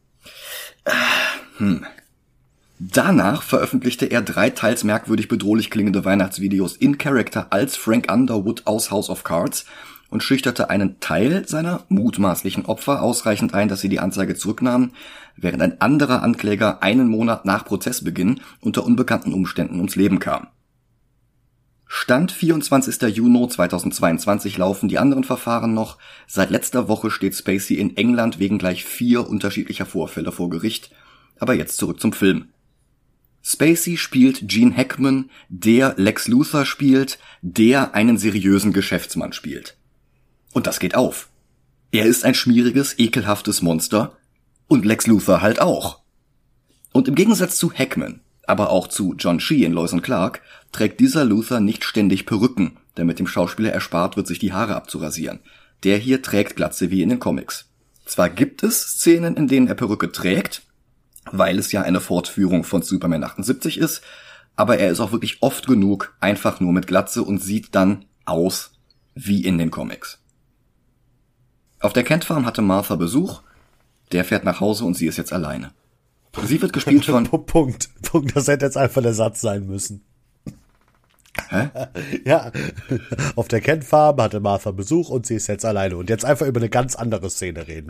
Hm... Danach veröffentlichte er drei teils merkwürdig bedrohlich klingende Weihnachtsvideos in Character als Frank Underwood aus House of Cards und schüchterte einen Teil seiner mutmaßlichen Opfer ausreichend ein, dass sie die Anzeige zurücknahmen, während ein anderer Ankläger einen Monat nach Prozessbeginn unter unbekannten Umständen ums Leben kam. Stand vierundzwanzigster Juni zweitausendzweiundzwanzig laufen die anderen Verfahren noch. Seit letzter Woche steht Spacey in England wegen gleich vier unterschiedlicher Vorfälle vor Gericht. Aber jetzt zurück zum Film. Spacey spielt Gene Hackman, der Lex Luthor spielt, der einen seriösen Geschäftsmann spielt. Und das geht auf. Er ist ein schmieriges, ekelhaftes Monster und Lex Luthor halt auch. Und im Gegensatz zu Hackman, aber auch zu John Shee in Lois und Clark, trägt dieser Luthor nicht ständig Perücken, damit dem Schauspieler erspart wird, sich die Haare abzurasieren. Der hier trägt Glatze wie in den Comics. Zwar gibt es Szenen, in denen er Perücke trägt, weil es ja eine Fortführung von Superman achtundsiebzig ist, aber er ist auch wirklich oft genug einfach nur mit Glatze und sieht dann aus wie in den Comics. Auf der Kent Farm hatte Martha Besuch, der fährt nach Hause und sie ist jetzt alleine. Sie wird gespielt von... Punkt, Punkt, das hätte jetzt einfach der Satz sein müssen. Hä? Ja, auf der Kent Farm hatte Martha Besuch und sie ist jetzt alleine und jetzt einfach über eine ganz andere Szene reden.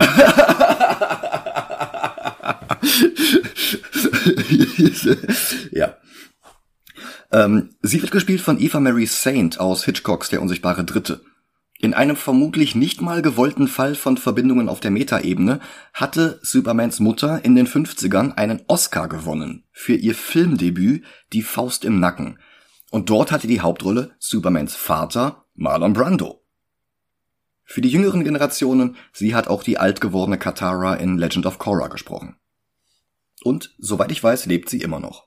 Ja. Ähm, sie wird gespielt von Eva Marie Saint aus Hitchcocks Der unsichtbare Dritte. In einem vermutlich nicht mal gewollten Fall von Verbindungen auf der Metaebene hatte Supermans Mutter in den fünfzigern einen Oscar gewonnen für ihr Filmdebüt Die Faust im Nacken. Und dort hatte die Hauptrolle Supermans Vater Marlon Brando. Für die jüngeren Generationen, sie hat auch die alt gewordene Katara in Legend of Korra gesprochen. Und, soweit ich weiß, lebt sie immer noch.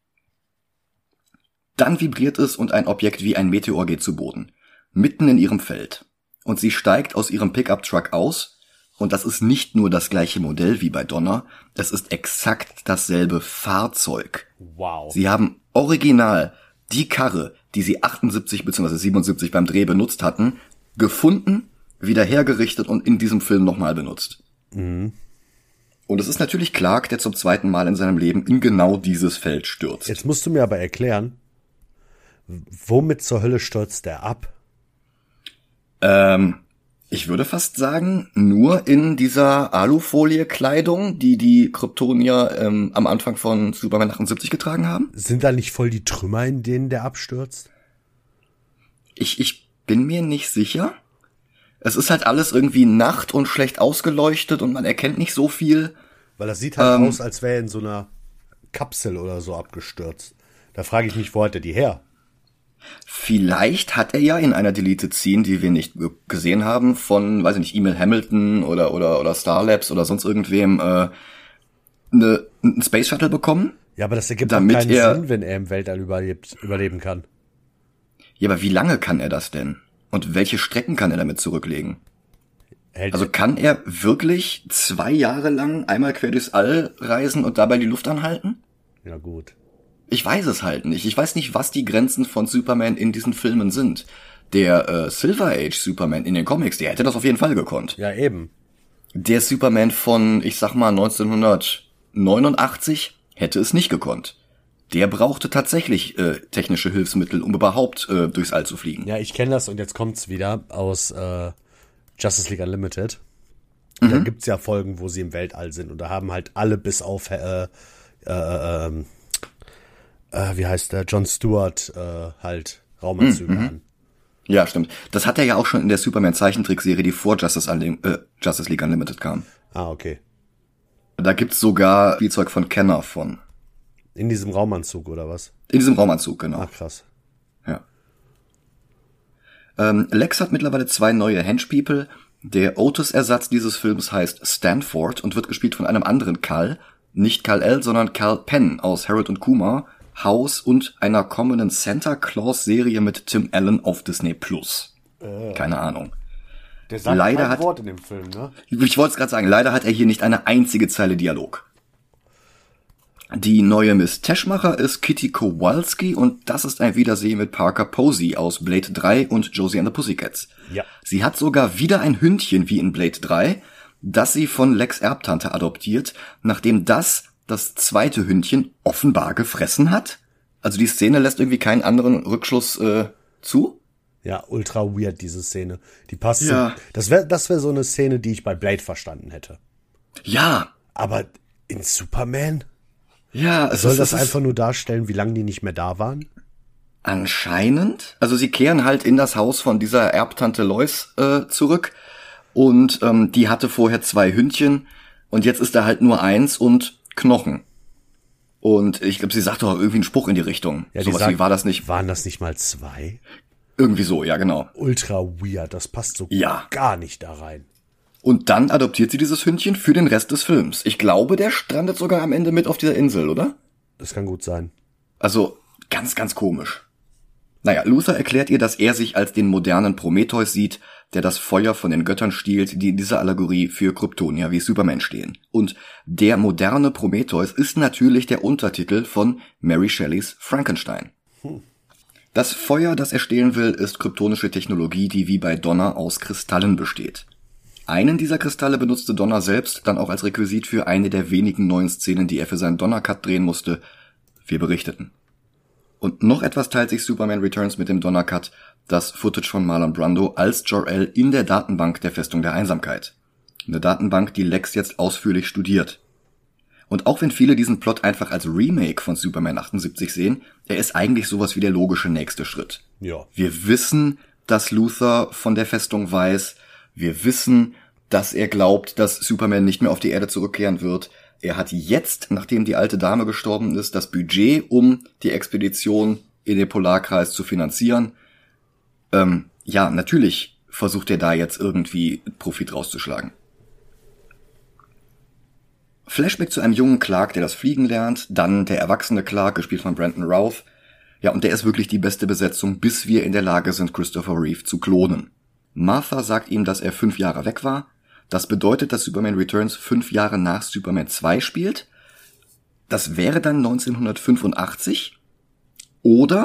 Dann vibriert es und ein Objekt wie ein Meteor geht zu Boden. Mitten in ihrem Feld. Und sie steigt aus ihrem Pickup-Truck aus. Und das ist nicht nur das gleiche Modell wie bei Donner. Es ist exakt dasselbe Fahrzeug. Wow. Sie haben original die Karre, die sie achtundsiebzig bzw. siebenundsiebzig beim Dreh benutzt hatten, gefunden, wieder hergerichtet und in diesem Film nochmal benutzt. Mhm. Und es ist natürlich Clark, der zum zweiten Mal in seinem Leben in genau dieses Feld stürzt. Jetzt musst du mir aber erklären, womit zur Hölle stürzt der ab? Ähm, ich würde fast sagen, nur in dieser Alufolie-Kleidung, die die Kryptonier ähm, am Anfang von Superman achtundsiebzig getragen haben. Sind da nicht voll die Trümmer, in denen der abstürzt? Ich, ich bin mir nicht sicher. Es ist halt alles irgendwie Nacht und schlecht ausgeleuchtet und man erkennt nicht so viel. Weil das sieht halt Ähm, aus, als wäre er in so einer Kapsel oder so abgestürzt. Da frage ich mich, wo hat er die her? Vielleicht hat er ja in einer Deleted Scene, die wir nicht gesehen haben, von, weiß ich nicht, Emil Hamilton oder oder oder Star Labs oder sonst irgendwem äh, ne, einen Space Shuttle bekommen. Ja, aber das ergibt doch Damit keinen er- Sinn, wenn er im Weltall überlebt, überleben kann. Ja, aber wie lange kann er das denn? Und welche Strecken kann er damit zurücklegen? Hält Also kann er wirklich zwei Jahre lang einmal quer durchs All reisen und dabei die Luft anhalten? ja gut. Ich weiß es halt nicht. Ich weiß nicht, was die Grenzen von Superman in diesen Filmen sind. Der äh, Silver Age Superman in den Comics, der hätte das auf jeden Fall gekonnt. Ja, eben. Der Superman von, ich sag mal, neunzehnhundertneunundachtzig hätte es nicht gekonnt. Der brauchte tatsächlich äh, technische Hilfsmittel, um überhaupt äh, durchs All zu fliegen. Ja, ich kenne das und jetzt kommt's wieder aus äh, Justice League Unlimited. Da gibt's ja Folgen, wo sie im Weltall sind und da haben halt alle bis auf äh, äh, äh, äh, wie heißt der, Jon Stewart äh, halt Raumanzüge an. Ja, stimmt. Das hat er ja auch schon in der Superman-Zeichentrickserie, die vor Justice, Unlim- äh, Justice League Unlimited kam. Ah, okay. Da gibt's sogar Spielzeug von Kenner von. In diesem Raumanzug oder was? In diesem Raumanzug, genau. Ah, krass. Ja. Ähm, Lex hat mittlerweile zwei neue Henchpeople. Der Otis-Ersatz dieses Films heißt Stanford und wird gespielt von einem anderen Kal. Nicht Kal-El, sondern Kal Penn aus Harold und Kumar, House und einer kommenden Santa Claus-Serie mit Tim Allen auf Disney Plus. Äh. Keine Ahnung. Der sagt Leider kein hat- Wort in dem Film, ne? Ich wollte es gerade sagen, leider hat er hier nicht eine einzige Zeile Dialog. Die neue Miss Teschmacher ist Kitty Kowalski und das ist ein Wiedersehen mit Parker Posey aus Blade drei und Josie and the Pussycats. Ja. Sie hat sogar wieder ein Hündchen wie in Blade drei, das sie von Lex Erbtante adoptiert, nachdem das das zweite Hündchen offenbar gefressen hat. Also die Szene lässt irgendwie keinen anderen Rückschluss äh, zu. Ja, ultra weird, diese Szene. Die passt Ja. so. Das wäre das wär so eine Szene, die ich bei Blade verstanden hätte. Ja, Aber in Superman? ja. Es Soll ist, das es ist einfach nur darstellen, wie lange die nicht mehr da waren? anscheinend. Also sie kehren halt in das Haus von dieser Erbtante Lois äh, zurück. Und ähm, die hatte vorher zwei Hündchen. Und jetzt ist da halt nur eins und Knochen. Und ich glaube, sie sagt doch irgendwie einen Spruch in die Richtung. Ja, die Sowas sagt- wie, war das nicht? Waren das nicht mal zwei? Irgendwie so, ja genau. Ultra weird, das passt so Ja. gar nicht da rein. Und dann adoptiert sie dieses Hündchen für den Rest des Films. Ich glaube, der strandet sogar am Ende mit auf dieser Insel, oder? Das kann gut sein. Also, ganz, ganz komisch. Naja, Luthor erklärt ihr, dass er sich als den modernen Prometheus sieht, der das Feuer von den Göttern stiehlt, die in dieser Allegorie für Kryptonier wie Superman stehen. Und der moderne Prometheus ist natürlich der Untertitel von Mary Shelleys Frankenstein. Das Feuer, das er stehlen will, ist kryptonische Technologie, die wie bei Donner aus Kristallen besteht. Einen dieser Kristalle benutzte Donner selbst dann auch als Requisit für eine der wenigen neuen Szenen, die er für seinen Donner-Cut drehen musste. Wir berichteten. Und noch etwas teilt sich Superman Returns mit dem Donner-Cut, das Footage von Marlon Brando als Jor-El in der Datenbank der Festung der Einsamkeit. Eine Datenbank, die Lex jetzt ausführlich studiert. Und auch wenn viele diesen Plot einfach als Remake von Superman achtundsiebzig sehen, er ist eigentlich sowas wie der logische nächste Schritt. Ja. Wir wissen, dass Luthor von der Festung weiß. Wir wissen, dass er glaubt, dass Superman nicht mehr auf die Erde zurückkehren wird. Er hat jetzt, nachdem die alte Dame gestorben ist, das Budget, um die Expedition in den Polarkreis zu finanzieren. Ähm, ja, natürlich versucht er da jetzt irgendwie Profit rauszuschlagen. Flashback zu einem jungen Clark, der das Fliegen lernt, dann der erwachsene Clark, gespielt von Brandon Routh. Ja, und der ist wirklich die beste Besetzung, bis wir in der Lage sind, Christopher Reeve zu klonen. Martha sagt ihm, dass er fünf Jahre weg war. Das bedeutet, dass Superman Returns fünf Jahre nach Superman zwei spielt. Das wäre dann neunzehnhundertfünfundachtzig. Oder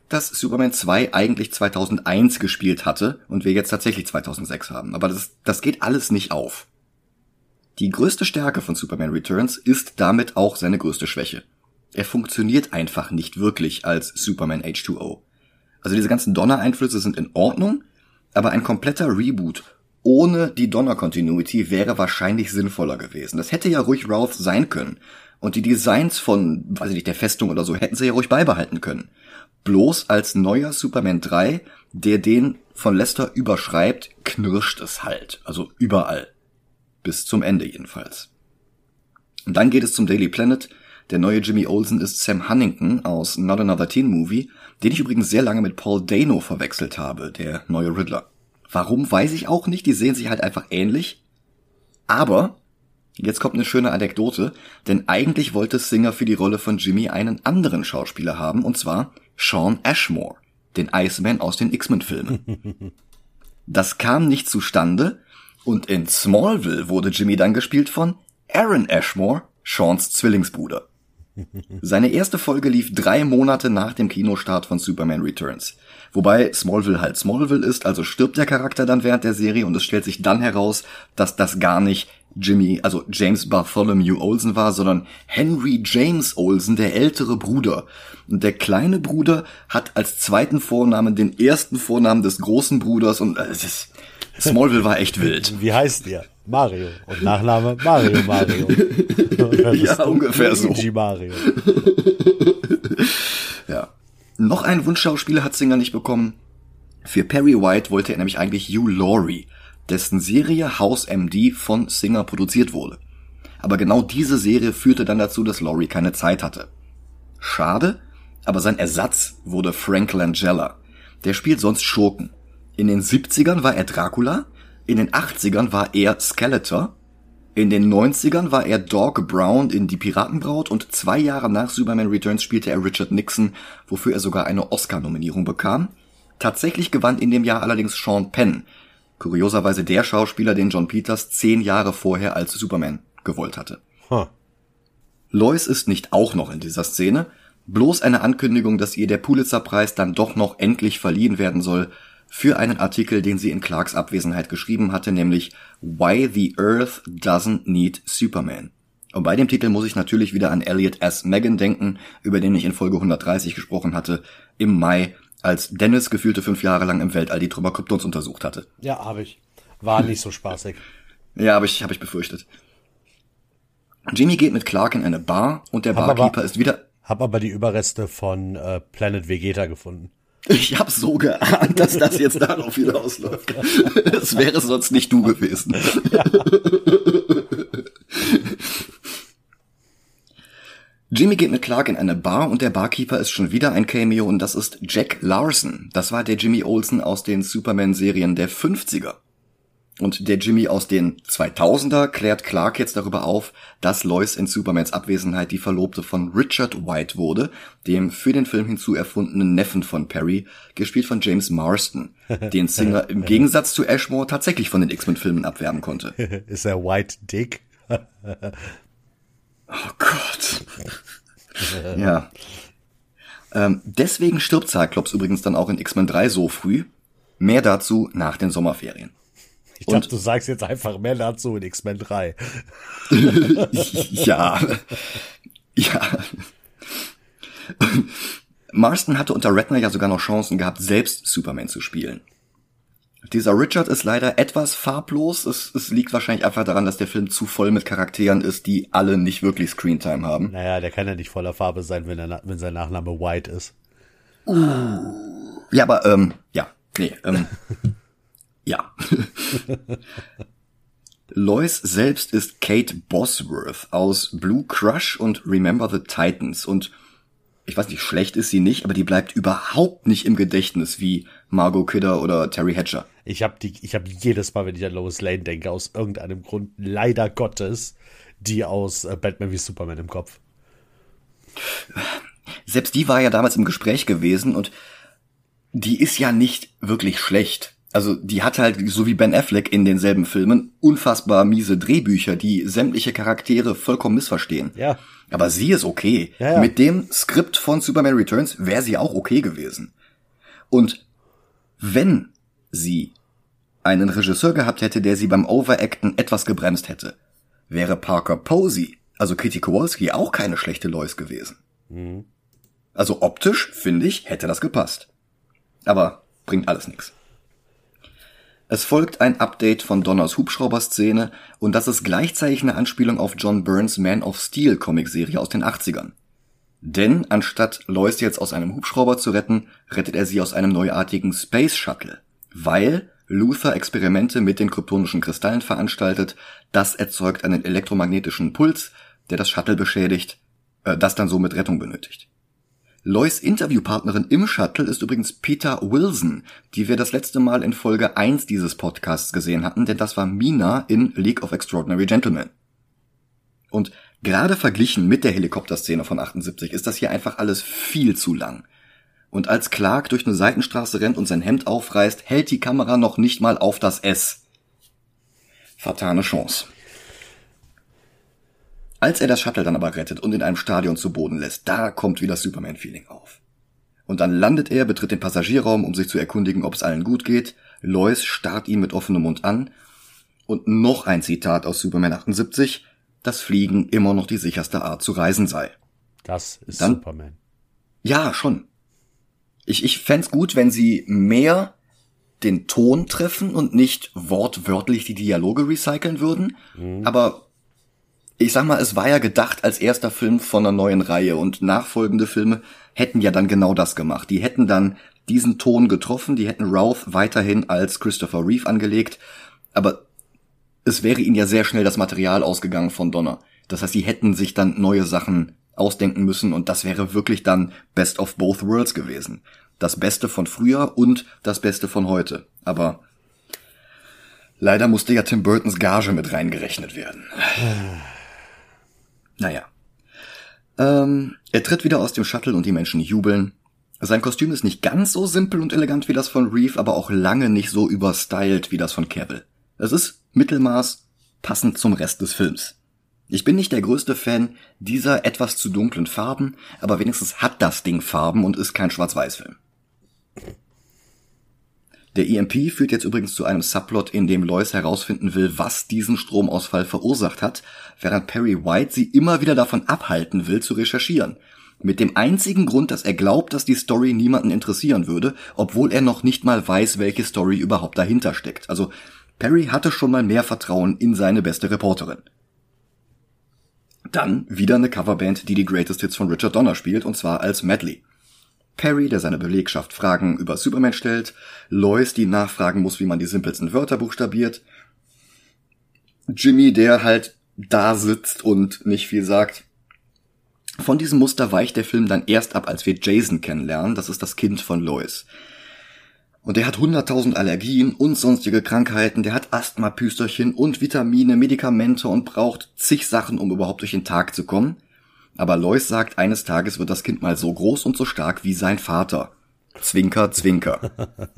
dass Superman zwei eigentlich zweitausendeins gespielt hatte und wir jetzt tatsächlich zweitausendsechs haben. Aber das, das geht alles nicht auf. Die größte Stärke von Superman Returns ist damit auch seine größte Schwäche. Er funktioniert einfach nicht wirklich als Superman H zwei O. Also diese ganzen Donner-Einflüsse sind in Ordnung, aber ein kompletter Reboot ohne die Donner-Continuity wäre wahrscheinlich sinnvoller gewesen. Das hätte ja ruhig Routh sein können. Und die Designs von, weiß ich nicht, der Festung oder so, hätten sie ja ruhig beibehalten können. Bloß als neuer Superman drei, der den von Lester überschreibt, knirscht es halt. Also überall. Bis zum Ende jedenfalls. Und dann geht es zum Daily Planet. Der neue Jimmy Olsen ist Sam Huntington aus Not Another Teen Movie, den ich übrigens sehr lange mit Paul Dano verwechselt habe, der neue Riddler. Warum, weiß ich auch nicht, die sehen sich halt einfach ähnlich. Aber, jetzt kommt eine schöne Anekdote, denn eigentlich wollte Singer für die Rolle von Jimmy einen anderen Schauspieler haben, und zwar Shawn Ashmore, den Iceman aus den X-Men-Filmen. Das kam nicht zustande, und in Smallville wurde Jimmy dann gespielt von Aaron Ashmore, Shawns Zwillingsbruder. Seine erste Folge lief drei Monate nach dem Kinostart von Superman Returns. Wobei Smallville halt Smallville ist, also stirbt der Charakter dann während der Serie und es stellt sich dann heraus, dass das gar nicht Jimmy, also James Bartholomew Olsen war, sondern Henry James Olsen, der ältere Bruder. Und der kleine Bruder hat als zweiten Vornamen den ersten Vornamen des großen Bruders und äh, es ist, Smallville war echt wild. Wie heißt der? Mario. Und Nachname Mario Mario. Ja, ungefähr so. Luigi Mario. Ja. Noch einen Wunschschauspieler hat Singer nicht bekommen. Für Perry White wollte er nämlich eigentlich Hugh Laurie, dessen Serie House M D von Singer produziert wurde. Aber genau diese Serie führte dann dazu, dass Laurie keine Zeit hatte. Schade, aber sein Ersatz wurde Frank Langella. Der spielt sonst Schurken. In den siebzigern war er Dracula, in den achtzigern war er Skeletor, in den neunzigern war er Doc Brown in Die Piratenbraut und zwei Jahre nach Superman Returns spielte er Richard Nixon, wofür er sogar eine Oscar-Nominierung bekam. Tatsächlich gewann in dem Jahr allerdings Sean Penn, kurioserweise der Schauspieler, den John Peters zehn Jahre vorher als Superman gewollt hatte. Huh. Lois ist nicht auch noch in dieser Szene, bloß eine Ankündigung, dass ihr der Pulitzer-Preis dann doch noch endlich verliehen werden soll, für einen Artikel, den sie in Clarks Abwesenheit geschrieben hatte, nämlich Why the Earth Doesn't Need Superman. Und bei dem Titel muss ich natürlich wieder an Elliot S. Megan denken, über den ich in Folge hundertdreißig gesprochen hatte, im Mai, als Dennis gefühlte fünf Jahre lang im Weltall die Trümmer Kryptons untersucht hatte. Ja, habe ich. War nicht so spaßig. Ja, habe ich, hab ich befürchtet. Jimmy geht mit Clark in eine Bar und der hab Barkeeper aber, ist wieder... Hab aber die Überreste von äh, Planet Vegeta gefunden. Ich hab so geahnt, dass das jetzt darauf hinausläuft. Es wäre sonst nicht du gewesen. Ja. Jimmy geht mit Clark in eine Bar und der Barkeeper ist schon wieder ein Cameo und das ist Jack Larson. Das war der Jimmy Olsen aus den Superman-Serien der fünfziger. Und der Jimmy aus den zweitausender klärt Clark jetzt darüber auf, dass Lois in Supermans Abwesenheit die Verlobte von Richard White wurde, dem für den Film hinzu erfundenen Neffen von Perry, gespielt von James Marsden, den Singer im Gegensatz zu Ashmore tatsächlich von den X-Men-Filmen abwerben konnte. Ist er White Dick? Oh Gott. Ja. Ähm, deswegen stirbt Cyclops übrigens dann auch in X-Men drei so früh. Mehr dazu nach den Sommerferien. Ich dachte, du sagst jetzt einfach mehr dazu in X-Men drei. Ja. Ja. Marston hatte unter Ratner ja sogar noch Chancen gehabt, selbst Superman zu spielen. Dieser Richard ist leider etwas farblos. Es, es liegt wahrscheinlich einfach daran, dass der Film zu voll mit Charakteren ist, die alle nicht wirklich Screentime haben. Naja, der kann ja nicht voller Farbe sein, wenn, er, wenn sein Nachname White ist. Uh. Ja, aber, ähm, ja, nee, ähm, ja. Lois selbst ist Kate Bosworth aus Blue Crush und Remember the Titans und ich weiß nicht, schlecht ist sie nicht, aber die bleibt überhaupt nicht im Gedächtnis wie Margot Kidder oder Terry Hatcher. Ich habe die, ich habe jedes Mal, wenn ich an Lois Lane denke, aus irgendeinem Grund, leider Gottes, die aus äh, Batman wie Superman im Kopf. Selbst die war ja damals im Gespräch gewesen und die ist ja nicht wirklich schlecht. Also die hat halt, so wie Ben Affleck in denselben Filmen, unfassbar miese Drehbücher, die sämtliche Charaktere vollkommen missverstehen. Ja. Aber sie ist okay. Ja, ja. Mit dem Skript von Superman Returns wäre sie auch okay gewesen. Und wenn sie einen Regisseur gehabt hätte, der sie beim Overacten etwas gebremst hätte, wäre Parker Posey, also Kitty Kowalski, auch keine schlechte Lois gewesen. Mhm. Also optisch, finde ich, hätte das gepasst. Aber bringt alles nichts. Es folgt ein Update von Donners Hubschrauber-Szene und das ist gleichzeitig eine Anspielung auf John Byrnes Man of Steel Comicserie aus den achtzigern. Denn anstatt Lois jetzt aus einem Hubschrauber zu retten, rettet er sie aus einem neuartigen Space Shuttle, weil Luthor Experimente mit den kryptonischen Kristallen veranstaltet. Das erzeugt einen elektromagnetischen Puls, der das Shuttle beschädigt, äh, das dann somit Rettung benötigt. Lois Interviewpartnerin im Shuttle ist übrigens Peter Wilson, die wir das letzte Mal in Folge eins dieses Podcasts gesehen hatten, denn das war Mina in League of Extraordinary Gentlemen. Und gerade verglichen mit der Helikopterszene von achtundsiebzig ist das hier einfach alles viel zu lang. Und als Clark durch eine Seitenstraße rennt und sein Hemd aufreißt, hält die Kamera noch nicht mal auf das S. Fatale Chance. Als er das Shuttle dann aber rettet und in einem Stadion zu Boden lässt, da kommt wieder Superman-Feeling auf. Und dann landet er, betritt den Passagierraum, um sich zu erkundigen, ob es allen gut geht. Lois starrt ihn mit offenem Mund an. Und noch ein Zitat aus Superman achtundsiebzig, dass Fliegen immer noch die sicherste Art zu reisen sei. Das ist dann, Superman. Ja, schon. Ich, ich fänd's gut, wenn sie mehr den Ton treffen und nicht wortwörtlich die Dialoge recyceln würden. Mhm. Aber ich sag mal, es war ja gedacht als erster Film von einer neuen Reihe und nachfolgende Filme hätten ja dann genau das gemacht. Die hätten dann diesen Ton getroffen, die hätten Routh weiterhin als Christopher Reeve angelegt, aber es wäre ihnen ja sehr schnell das Material ausgegangen von Donner. Das heißt, sie hätten sich dann neue Sachen ausdenken müssen und das wäre wirklich dann Best of Both Worlds gewesen. Das Beste von früher und das Beste von heute. Aber leider musste ja Tim Burtons Gage mit reingerechnet werden. Naja. Ähm, er tritt wieder aus dem Shuttle und die Menschen jubeln. Sein Kostüm ist nicht ganz so simpel und elegant wie das von Reeve, aber auch lange nicht so überstylt wie das von Cavill. Es ist Mittelmaß, passend zum Rest des Films. Ich bin nicht der größte Fan dieser etwas zu dunklen Farben, aber wenigstens hat das Ding Farben und ist kein Schwarz-Weiß-Film. Der E M P führt jetzt übrigens zu einem Subplot, in dem Lois herausfinden will, was diesen Stromausfall verursacht hat, während Perry White sie immer wieder davon abhalten will, zu recherchieren. Mit dem einzigen Grund, dass er glaubt, dass die Story niemanden interessieren würde, obwohl er noch nicht mal weiß, welche Story überhaupt dahinter steckt. Also Perry hatte schon mal mehr Vertrauen in seine beste Reporterin. Dann wieder eine Coverband, die die Greatest Hits von Richard Donner spielt, und zwar als Medley. Perry, der seine Belegschaft Fragen über Superman stellt, Lois, die nachfragen muss, wie man die simpelsten Wörter buchstabiert, Jimmy, der halt da sitzt und nicht viel sagt. Von diesem Muster weicht der Film dann erst ab, als wir Jason kennenlernen, das ist das Kind von Lois. Und der hat hunderttausend Allergien und sonstige Krankheiten, der hat Asthma-Püsterchen und Vitamine, Medikamente und braucht zig Sachen, um überhaupt durch den Tag zu kommen. Aber Lois sagt, eines Tages wird das Kind mal so groß und so stark wie sein Vater. Zwinker, zwinker.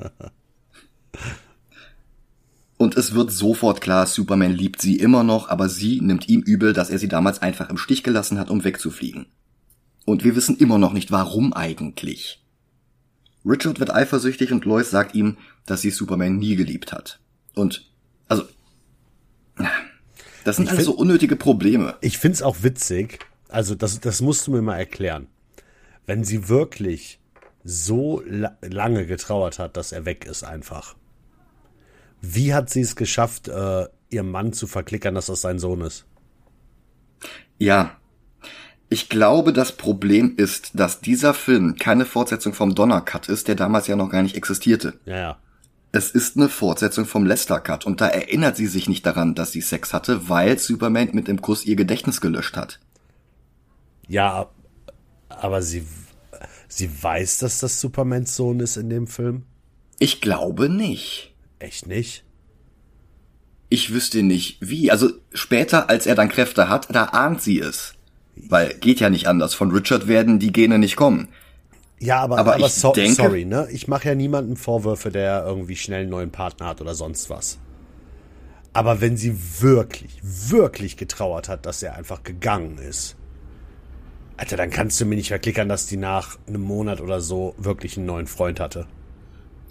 Und es wird sofort klar, Superman liebt sie immer noch, aber sie nimmt ihm übel, dass er sie damals einfach im Stich gelassen hat, um wegzufliegen. Und wir wissen immer noch nicht, warum eigentlich. Richard wird eifersüchtig und Lois sagt ihm, dass sie Superman nie geliebt hat. Und, also, das sind alles so unnötige Probleme. Ich find's auch witzig, also das, das musst du mir mal erklären. Wenn sie wirklich so la- lange getrauert hat, dass er weg ist einfach. Wie hat sie es geschafft, äh, ihrem Mann zu verklickern, dass das sein Sohn ist? Ja, ich glaube, das Problem ist, dass dieser Film keine Fortsetzung vom Donner-Cut ist, der damals ja noch gar nicht existierte. Ja, ja. Es ist eine Fortsetzung vom Lester-Cut und da erinnert sie sich nicht daran, dass sie Sex hatte, weil Superman mit dem Kuss ihr Gedächtnis gelöscht hat. Ja, aber sie, sie weiß, dass das Supermans Sohn ist in dem Film? Ich glaube nicht. Echt nicht? Ich wüsste nicht, wie. Also später, als er dann Kräfte hat, da ahnt sie es. Weil geht ja nicht anders. Von Richard werden die Gene nicht kommen. Ja, aber, aber, aber ich so, denke, sorry, ne? Ich mache ja niemandem Vorwürfe, der irgendwie schnell einen neuen Partner hat oder sonst was. Aber wenn sie wirklich, wirklich getrauert hat, dass er einfach gegangen ist, Alter, dann kannst du mir nicht verklickern, dass die nach einem Monat oder so wirklich einen neuen Freund hatte.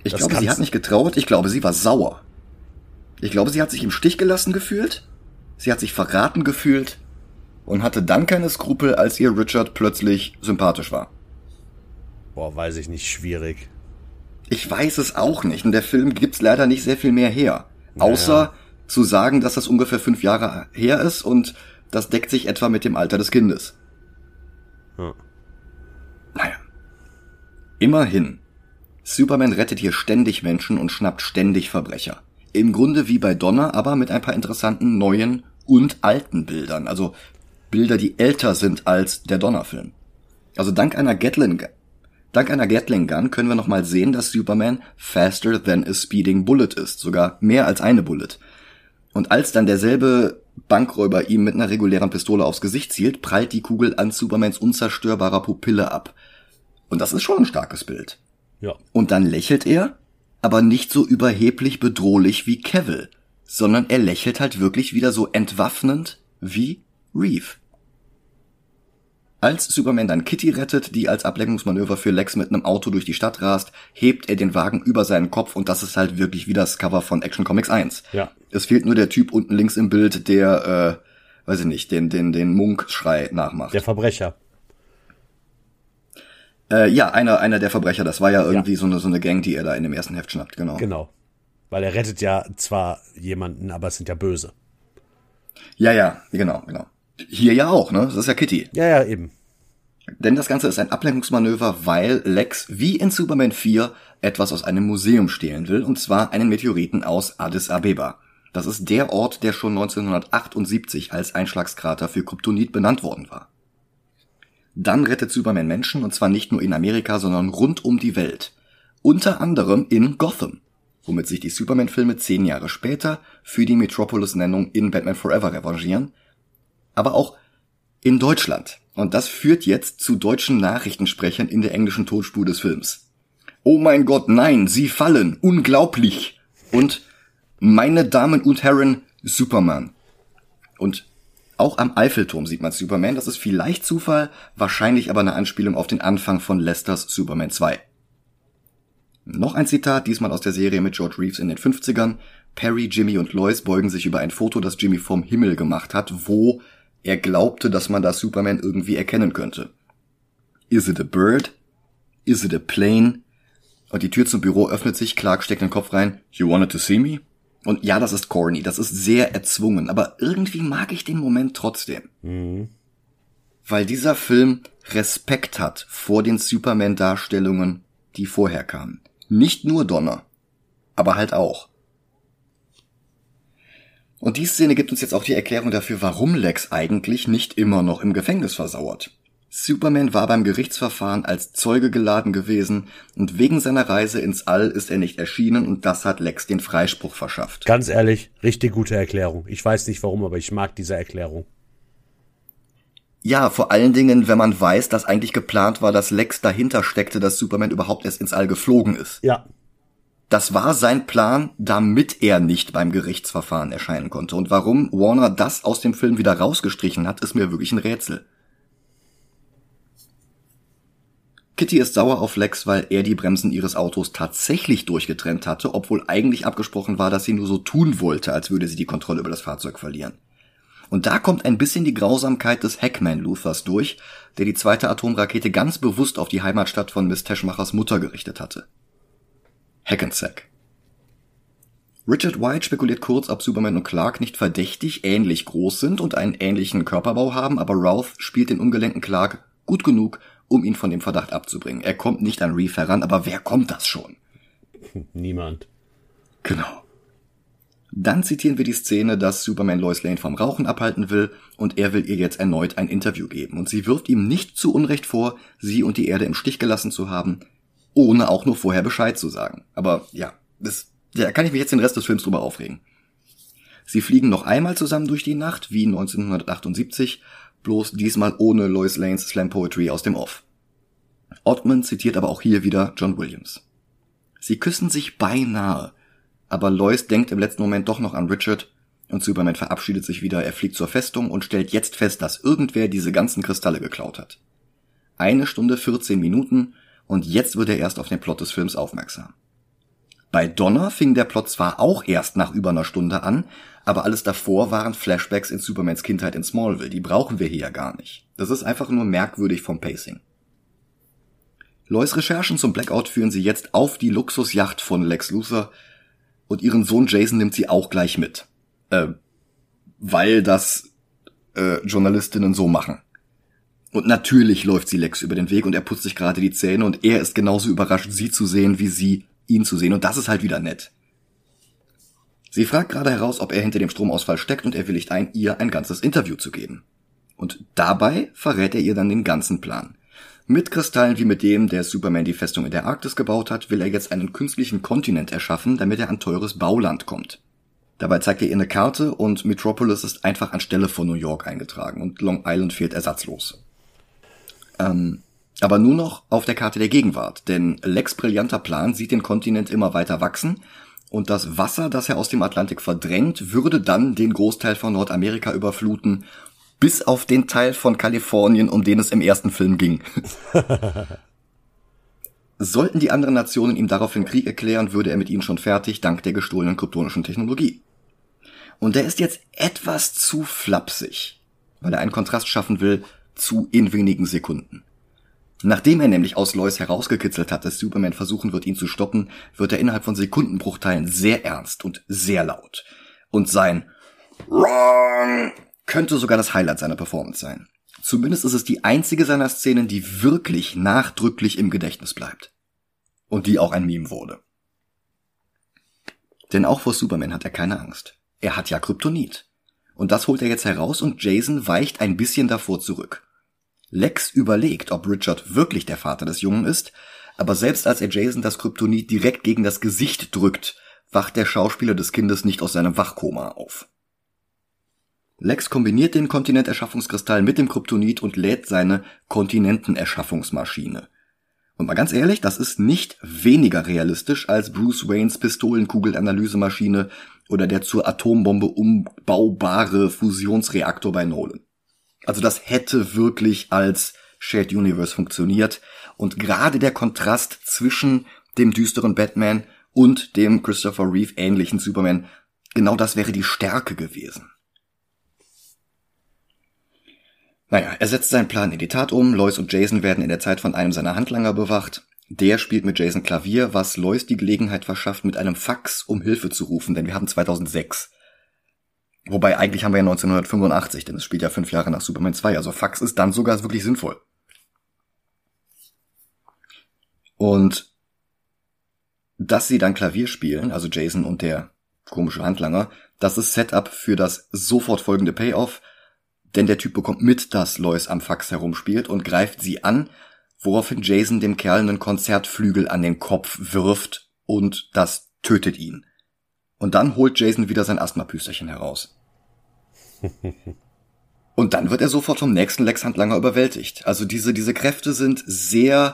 Ich das glaube, sie hat nicht getraut. Ich glaube, sie war sauer. Ich glaube, sie hat sich im Stich gelassen gefühlt. Sie hat sich verraten gefühlt. Und hatte dann keine Skrupel, als ihr Richard plötzlich sympathisch war. Boah, weiß ich nicht, schwierig. Ich weiß es auch nicht. Und der Film gibt's leider nicht sehr viel mehr her. Naja. Außer zu sagen, dass das ungefähr fünf Jahre her ist und das deckt sich etwa mit dem Alter des Kindes. Hm. Naja. Immerhin. Superman rettet hier ständig Menschen und schnappt ständig Verbrecher. Im Grunde wie bei Donner, aber mit ein paar interessanten neuen und alten Bildern. Also Bilder, die älter sind als der Donner-Film. Also dank einer Gatling, dank einer Gatling Gun können wir nochmal sehen, dass Superman faster than a speeding bullet ist. Sogar mehr als eine Bullet. Und als dann derselbe Bankräuber ihm mit einer regulären Pistole aufs Gesicht zielt, prallt die Kugel an Supermans unzerstörbarer Pupille ab. Und das ist schon ein starkes Bild. Ja. Und dann lächelt er, aber nicht so überheblich bedrohlich wie Cavill, sondern er lächelt halt wirklich wieder so entwaffnend wie Reeve. Als Superman dann Kitty rettet, die als Ablenkungsmanöver für Lex mit einem Auto durch die Stadt rast, hebt er den Wagen über seinen Kopf und das ist halt wirklich wie das Cover von Action Comics eins. Ja. Es fehlt nur der Typ unten links im Bild, der, äh, weiß ich nicht, den, den, den Munk-Schrei nachmacht. Der Verbrecher. Äh, ja, einer, einer der Verbrecher, das war ja irgendwie ja. so eine, so eine Gang, die er da in dem ersten Heft schnappt, genau. Genau. Weil er rettet ja zwar jemanden, aber es sind ja Böse. Ja, ja, genau, genau. Hier ja auch, ne? Das ist ja Kitty. Ja, ja, eben. Denn das Ganze ist ein Ablenkungsmanöver, weil Lex, wie in Superman vier, etwas aus einem Museum stehlen will, und zwar einen Meteoriten aus Addis Abeba. Das ist der Ort, der schon neunzehnhundertachtundsiebzig als Einschlagskrater für Kryptonit benannt worden war. Dann rettet Superman Menschen, und zwar nicht nur in Amerika, sondern rund um die Welt. Unter anderem in Gotham, womit sich die Superman-Filme zehn Jahre später für die Metropolis-Nennung in Batman Forever revanchieren. Aber auch in Deutschland. Und das führt jetzt zu deutschen Nachrichtensprechern in der englischen Tonspur des Films. Oh mein Gott, nein, sie fallen, unglaublich. Und meine Damen und Herren, Superman. Und auch am Eiffelturm sieht man Superman, das ist vielleicht Zufall, wahrscheinlich aber eine Anspielung auf den Anfang von Lesters Superman zwei. Noch ein Zitat, diesmal aus der Serie mit George Reeves in den fünfzigern. Perry, Jimmy und Lois beugen sich über ein Foto, das Jimmy vom Himmel gemacht hat, wo er glaubte, dass man da Superman irgendwie erkennen könnte. Is it a bird? Is it a plane? Und die Tür zum Büro öffnet sich, Clark steckt den Kopf rein. You wanted to see me? Und ja, das ist corny, das ist sehr erzwungen, aber irgendwie mag ich den Moment trotzdem. Mhm. Weil dieser Film Respekt hat vor den Superman-Darstellungen, die vorher kamen. Nicht nur Donner, aber halt auch. Und die Szene gibt uns jetzt auch die Erklärung dafür, warum Lex eigentlich nicht immer noch im Gefängnis versauert. Superman war beim Gerichtsverfahren als Zeuge geladen gewesen und wegen seiner Reise ins All ist er nicht erschienen und das hat Lex den Freispruch verschafft. Ganz ehrlich, richtig gute Erklärung. Ich weiß nicht warum, aber ich mag diese Erklärung. Ja, vor allen Dingen, wenn man weiß, dass eigentlich geplant war, dass Lex dahinter steckte, dass Superman überhaupt erst ins All geflogen ist. Ja. Das war sein Plan, damit er nicht beim Gerichtsverfahren erscheinen konnte. Und warum Warner das aus dem Film wieder rausgestrichen hat, ist mir wirklich ein Rätsel. Kitty ist sauer auf Lex, weil er die Bremsen ihres Autos tatsächlich durchgetrennt hatte, obwohl eigentlich abgesprochen war, dass sie nur so tun wollte, als würde sie die Kontrolle über das Fahrzeug verlieren. Und da kommt ein bisschen die Grausamkeit des Hackman-Luthers durch, der die zweite Atomrakete ganz bewusst auf die Heimatstadt von Miss Teschmachers Mutter gerichtet hatte. Hackensack. Richard White spekuliert kurz, ob Superman und Clark nicht verdächtig ähnlich groß sind und einen ähnlichen Körperbau haben, aber Routh spielt den ungelenken Clark gut genug, um ihn von dem Verdacht abzubringen. Er kommt nicht an Reeve heran, aber wer kommt das schon? Niemand. Genau. Dann zitieren wir die Szene, dass Superman Lois Lane vom Rauchen abhalten will und er will ihr jetzt erneut ein Interview geben. Und sie wirft ihm nicht zu Unrecht vor, sie und die Erde im Stich gelassen zu haben, ohne auch nur vorher Bescheid zu sagen. Aber ja, das, da kann ich mich jetzt den Rest des Films drüber aufregen. Sie fliegen noch einmal zusammen durch die Nacht, wie neunzehnhundertachtundsiebzig, bloß diesmal ohne Lois Lanes Slam Poetry aus dem Off. Ottman zitiert aber auch hier wieder John Williams. Sie küssen sich beinahe, aber Lois denkt im letzten Moment doch noch an Richard und Superman verabschiedet sich wieder, er fliegt zur Festung und stellt jetzt fest, dass irgendwer diese ganzen Kristalle geklaut hat. Eine Stunde vierzehn Minuten und jetzt wird er erst auf den Plot des Films aufmerksam. Bei Donna fing der Plot zwar auch erst nach über einer Stunde an, aber alles davor waren Flashbacks in Supermans Kindheit in Smallville. Die brauchen wir hier ja gar nicht. Das ist einfach nur merkwürdig vom Pacing. Lois Recherchen zum Blackout führen sie jetzt auf die Luxusjacht von Lex Luthor und ihren Sohn Jason nimmt sie auch gleich mit. Äh, weil das äh, Journalistinnen so machen. Und natürlich läuft sie Lex über den Weg und er putzt sich gerade die Zähne und er ist genauso überrascht, sie zu sehen, wie sie ihn zu sehen. Und das ist halt wieder nett. Sie fragt gerade heraus, ob er hinter dem Stromausfall steckt und er willigt ein, ihr ein ganzes Interview zu geben. Und dabei verrät er ihr dann den ganzen Plan. Mit Kristallen wie mit dem, der Superman die Festung in der Arktis gebaut hat, will er jetzt einen künstlichen Kontinent erschaffen, damit er an teures Bauland kommt. Dabei zeigt er ihr eine Karte und Metropolis ist einfach anstelle von New York eingetragen und Long Island fehlt ersatzlos. Ähm, aber nur noch auf der Karte der Gegenwart, denn Lex' brillanter Plan sieht den Kontinent immer weiter wachsen und das Wasser, das er aus dem Atlantik verdrängt, würde dann den Großteil von Nordamerika überfluten, bis auf den Teil von Kalifornien, um den es im ersten Film ging. Sollten die anderen Nationen ihm daraufhin Krieg erklären, würde er mit ihnen schon fertig, dank der gestohlenen kryptonischen Technologie. Und er ist jetzt etwas zu flapsig, weil er einen Kontrast schaffen will zu in wenigen Sekunden. Nachdem er nämlich aus Lois herausgekitzelt hat, dass Superman versuchen wird, ihn zu stoppen, wird er innerhalb von Sekundenbruchteilen sehr ernst und sehr laut. Und sein Wrong könnte sogar das Highlight seiner Performance sein. Zumindest ist es die einzige seiner Szenen, die wirklich nachdrücklich im Gedächtnis bleibt. Und die auch ein Meme wurde. Denn auch vor Superman hat er keine Angst. Er hat ja Kryptonit. Und das holt er jetzt heraus und Jason weicht ein bisschen davor zurück. Lex überlegt, ob Richard wirklich der Vater des Jungen ist, aber selbst als er Jason das Kryptonit direkt gegen das Gesicht drückt, wacht der Schauspieler des Kindes nicht aus seinem Wachkoma auf. Lex kombiniert den Kontinenterschaffungskristall mit dem Kryptonit und lädt seine Kontinentenerschaffungsmaschine. Und mal ganz ehrlich, das ist nicht weniger realistisch als Bruce Waynes Pistolenkugelanalysemamaschine oder der zur Atombombe umbaubare Fusionsreaktor bei Nolan. Also das hätte wirklich als Shared Universe funktioniert und gerade der Kontrast zwischen dem düsteren Batman und dem Christopher Reeve ähnlichen Superman, genau das wäre die Stärke gewesen. Naja, er setzt seinen Plan in die Tat um. Lois und Jason werden in der Zeit von einem seiner Handlanger bewacht. Der spielt mit Jason Klavier, was Lois die Gelegenheit verschafft, mit einem Fax um Hilfe zu rufen, denn wir haben zweitausendsechs. Wobei, eigentlich haben wir ja neunzehnhundertfünfundachtzig, denn es spielt ja fünf Jahre nach Superman zwei, also Fax ist dann sogar wirklich sinnvoll. Und dass sie dann Klavier spielen, also Jason und der komische Handlanger, das ist Setup für das sofort folgende Payoff, denn der Typ bekommt mit, dass Lois am Fax herumspielt und greift sie an, woraufhin Jason dem Kerl einen Konzertflügel an den Kopf wirft und das tötet ihn. Und dann holt Jason wieder sein Asthma-Püsterchen heraus. Und dann wird er sofort vom nächsten Lex-Handlanger überwältigt. Also diese, diese Kräfte sind sehr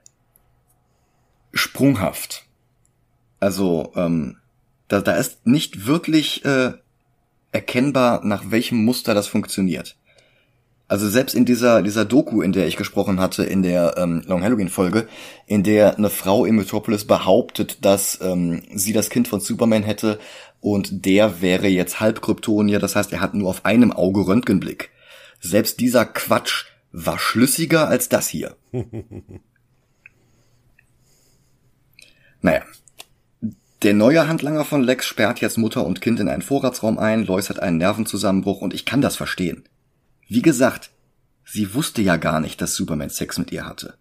sprunghaft. Also, ähm, da, da ist nicht wirklich äh, erkennbar, nach welchem Muster das funktioniert. Also selbst in dieser dieser Doku, in der ich gesprochen hatte, in der ähm, Long Halloween-Folge, in der eine Frau in Metropolis behauptet, dass ähm, sie das Kind von Superman hätte und der wäre jetzt halb Kryptonier, das heißt, er hat nur auf einem Auge Röntgenblick. Selbst dieser Quatsch war schlüssiger als das hier. Naja. Der neue Handlanger von Lex sperrt jetzt Mutter und Kind in einen Vorratsraum ein, Lois hat einen Nervenzusammenbruch und ich kann das verstehen. Wie gesagt, sie wusste ja gar nicht, dass Superman Sex mit ihr hatte.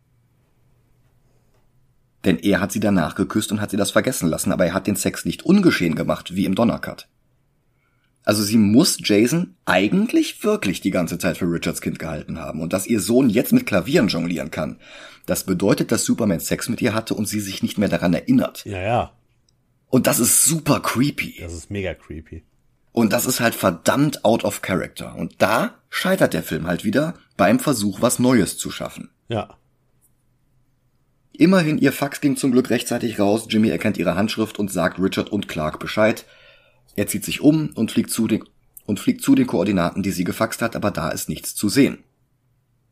Denn er hat sie danach geküsst und hat sie das vergessen lassen, aber er hat den Sex nicht ungeschehen gemacht, wie im Donnercut. Also sie muss Jason eigentlich wirklich die ganze Zeit für Richards Kind gehalten haben. Und dass ihr Sohn jetzt mit Klavieren jonglieren kann, das bedeutet, dass Superman Sex mit ihr hatte und sie sich nicht mehr daran erinnert. Ja, ja. Und das ist super creepy. Das ist mega creepy. Und das ist halt verdammt out of character. Und da scheitert der Film halt wieder beim Versuch, was Neues zu schaffen. Ja. Immerhin, ihr Fax ging zum Glück rechtzeitig raus. Jimmy erkennt ihre Handschrift und sagt Richard und Clark Bescheid. Er zieht sich um und fliegt zu den, und fliegt zu den Koordinaten, die sie gefaxt hat, aber da ist nichts zu sehen.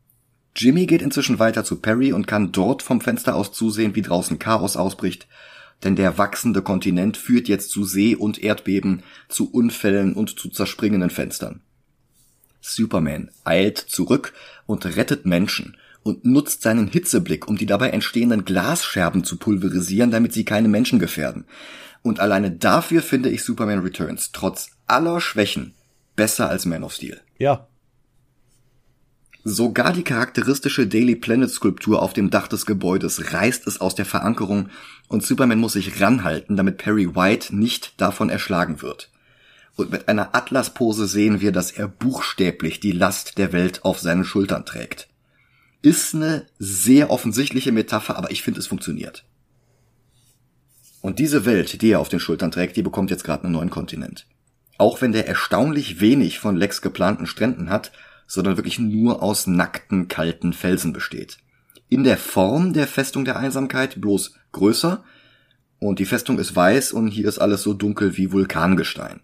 Jimmy geht inzwischen weiter zu Perry und kann dort vom Fenster aus zusehen, wie draußen Chaos ausbricht. denn der wachsende Kontinent führt jetzt zu See- und Erdbeben, zu Unfällen und zu zerspringenden Fenstern. Superman eilt zurück und rettet Menschen und nutzt seinen Hitzeblick, um die dabei entstehenden Glasscherben zu pulverisieren, damit sie keine Menschen gefährden. Und alleine dafür finde ich Superman Returns trotz aller Schwächen besser als Man of Steel. Ja. Sogar die charakteristische Daily Planet Skulptur auf dem Dach des Gebäudes reißt es aus der Verankerung und Superman muss sich ranhalten, damit Perry White nicht davon erschlagen wird. Und mit einer Atlaspose sehen wir, dass er buchstäblich die Last der Welt auf seinen Schultern trägt. Ist eine sehr offensichtliche Metapher, aber ich finde, es funktioniert. Und diese Welt, die er auf den Schultern trägt, die bekommt jetzt gerade einen neuen Kontinent. Auch wenn der erstaunlich wenig von Lex geplanten Stränden hat, sondern wirklich nur aus nackten, kalten Felsen besteht. In der Form der Festung der Einsamkeit, bloß größer. Und die Festung ist weiß und hier ist alles so dunkel wie Vulkangestein.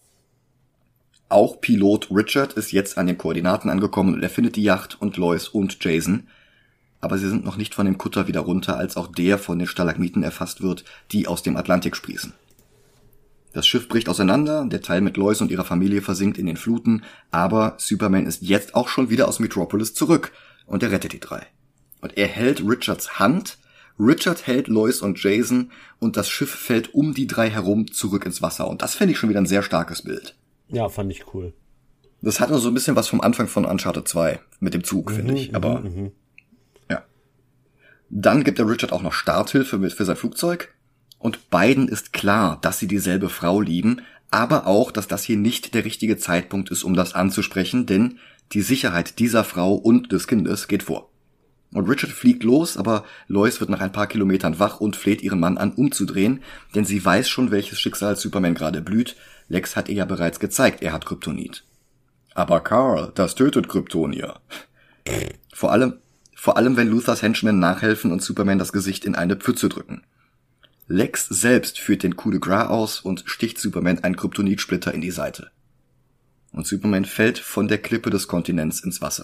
Auch Pilot Richard ist jetzt an den Koordinaten angekommen und er findet die Yacht und Lois und Jason. Aber sie sind noch nicht von dem Kutter wieder runter, als auch der von den Stalagmiten erfasst wird, die aus dem Atlantik sprießen. Das Schiff bricht auseinander, der Teil mit Lois und ihrer Familie versinkt in den Fluten, aber Superman ist jetzt auch schon wieder aus Metropolis zurück und er rettet die drei. Und er hält Richards Hand, Richard hält Lois und Jason und das Schiff fällt um die drei herum zurück ins Wasser. Und das fände ich schon wieder ein sehr starkes Bild. Ja, fand ich cool. Das hat nur so ein bisschen was vom Anfang von Uncharted zwei mit dem Zug, mhm, finde ich. Aber mhm. ja. Dann gibt er Richard auch noch Starthilfe mit für sein Flugzeug. Und beiden ist klar, dass sie dieselbe Frau lieben, aber auch, dass das hier nicht der richtige Zeitpunkt ist, um das anzusprechen, denn die Sicherheit dieser Frau und des Kindes geht vor. Und Richard fliegt los, aber Lois wird nach ein paar Kilometern wach und fleht ihren Mann an, umzudrehen, denn sie weiß schon, welches Schicksal Superman gerade blüht. Lex hat ihr ja bereits gezeigt, er hat Kryptonit. Aber Carl, das tötet Kryptonier. Vor allem, vor allem, wenn Luthers Henchmen nachhelfen und Superman das Gesicht in eine Pfütze drücken. Lex selbst führt den Coup de Gras aus und sticht Superman einen Kryptonitsplitter in die Seite. Und Superman fällt von der Klippe des Kontinents ins Wasser.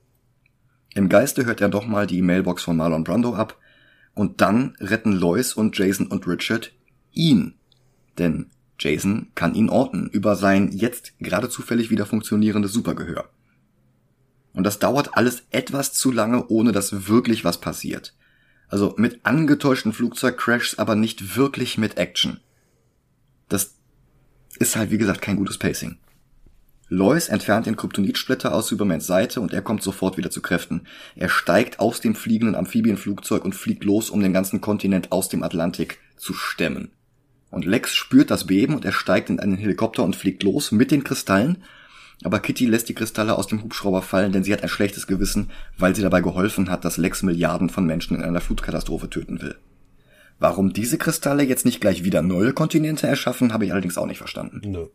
Im Geiste hört er doch mal die Mailbox von Marlon Brando ab und dann retten Lois und Jason und Richard ihn. Denn Jason kann ihn orten über sein jetzt gerade zufällig wieder funktionierendes Supergehör. Und das dauert alles etwas zu lange, ohne dass wirklich was passiert. Also mit angetäuschten Flugzeugcrashs, aber nicht wirklich mit Action. Das ist halt, wie gesagt, kein gutes Pacing. Lois entfernt den Kryptonitsplitter aus Supermans Seite und er kommt sofort wieder zu Kräften. Er steigt aus dem fliegenden Amphibienflugzeug und fliegt los, um den ganzen Kontinent aus dem Atlantik zu stemmen. Und Lex spürt das Beben und er steigt in einen Helikopter und fliegt los mit den Kristallen. Aber Kitty lässt die Kristalle aus dem Hubschrauber fallen, denn sie hat ein schlechtes Gewissen, weil sie dabei geholfen hat, dass Lex Milliarden von Menschen in einer Flutkatastrophe töten will. Warum diese Kristalle jetzt nicht gleich wieder neue Kontinente erschaffen, habe ich allerdings auch nicht verstanden. Nö.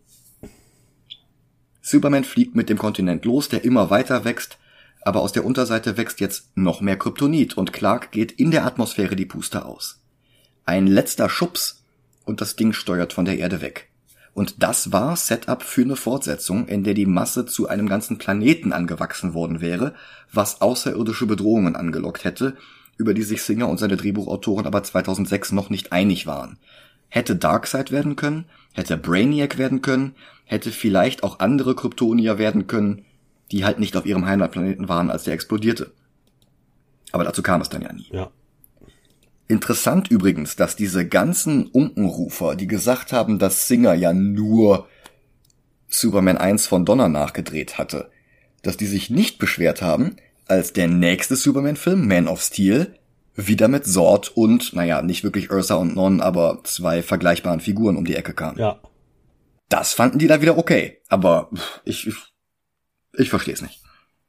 Superman fliegt mit dem Kontinent los, der immer weiter wächst, aber aus der Unterseite wächst jetzt noch mehr Kryptonit und Clark geht in der Atmosphäre die Puste aus. Ein letzter Schubs und das Ding steuert von der Erde weg. Und das war Setup für eine Fortsetzung, in der die Masse zu einem ganzen Planeten angewachsen worden wäre, was außerirdische Bedrohungen angelockt hätte, über die sich Singer und seine Drehbuchautoren aber zweitausendsechs noch nicht einig waren. Hätte Darkseid werden können, hätte Brainiac werden können, hätte vielleicht auch andere Kryptonier werden können, die halt nicht auf ihrem Heimatplaneten waren, als der explodierte. Aber dazu kam es dann ja nie. Ja. Interessant übrigens, dass diese ganzen Unkenrufer, die gesagt haben, dass Singer ja nur Superman eins von Donner nachgedreht hatte, dass die sich nicht beschwert haben, als der nächste Superman-Film, Man of Steel, wieder mit Zod und, naja, nicht wirklich Ursa und Non, aber zwei vergleichbaren Figuren um die Ecke kam. Ja. Das fanden die da wieder okay, aber ich, ich, ich versteh's nicht.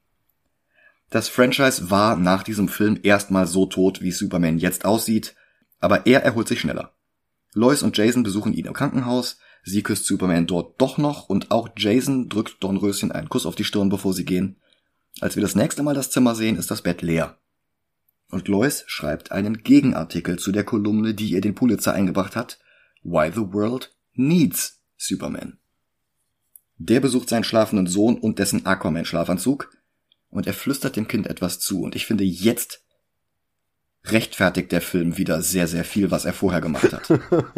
Das Franchise war nach diesem Film erstmal so tot, wie Superman jetzt aussieht, aber er erholt sich schneller. Lois und Jason besuchen ihn im Krankenhaus, sie küsst Superman dort doch noch und auch Jason drückt Dornröschen einen Kuss auf die Stirn, bevor sie gehen. Als wir das nächste Mal das Zimmer sehen, ist das Bett leer. Und Lois schreibt einen Gegenartikel zu der Kolumne, die ihr den Pulitzer eingebracht hat, Why the World Needs Superman. Der besucht seinen schlafenden Sohn und dessen Aquaman-Schlafanzug und er flüstert dem Kind etwas zu. Und ich finde, jetzt rechtfertigt der Film wieder sehr, sehr viel, was er vorher gemacht hat.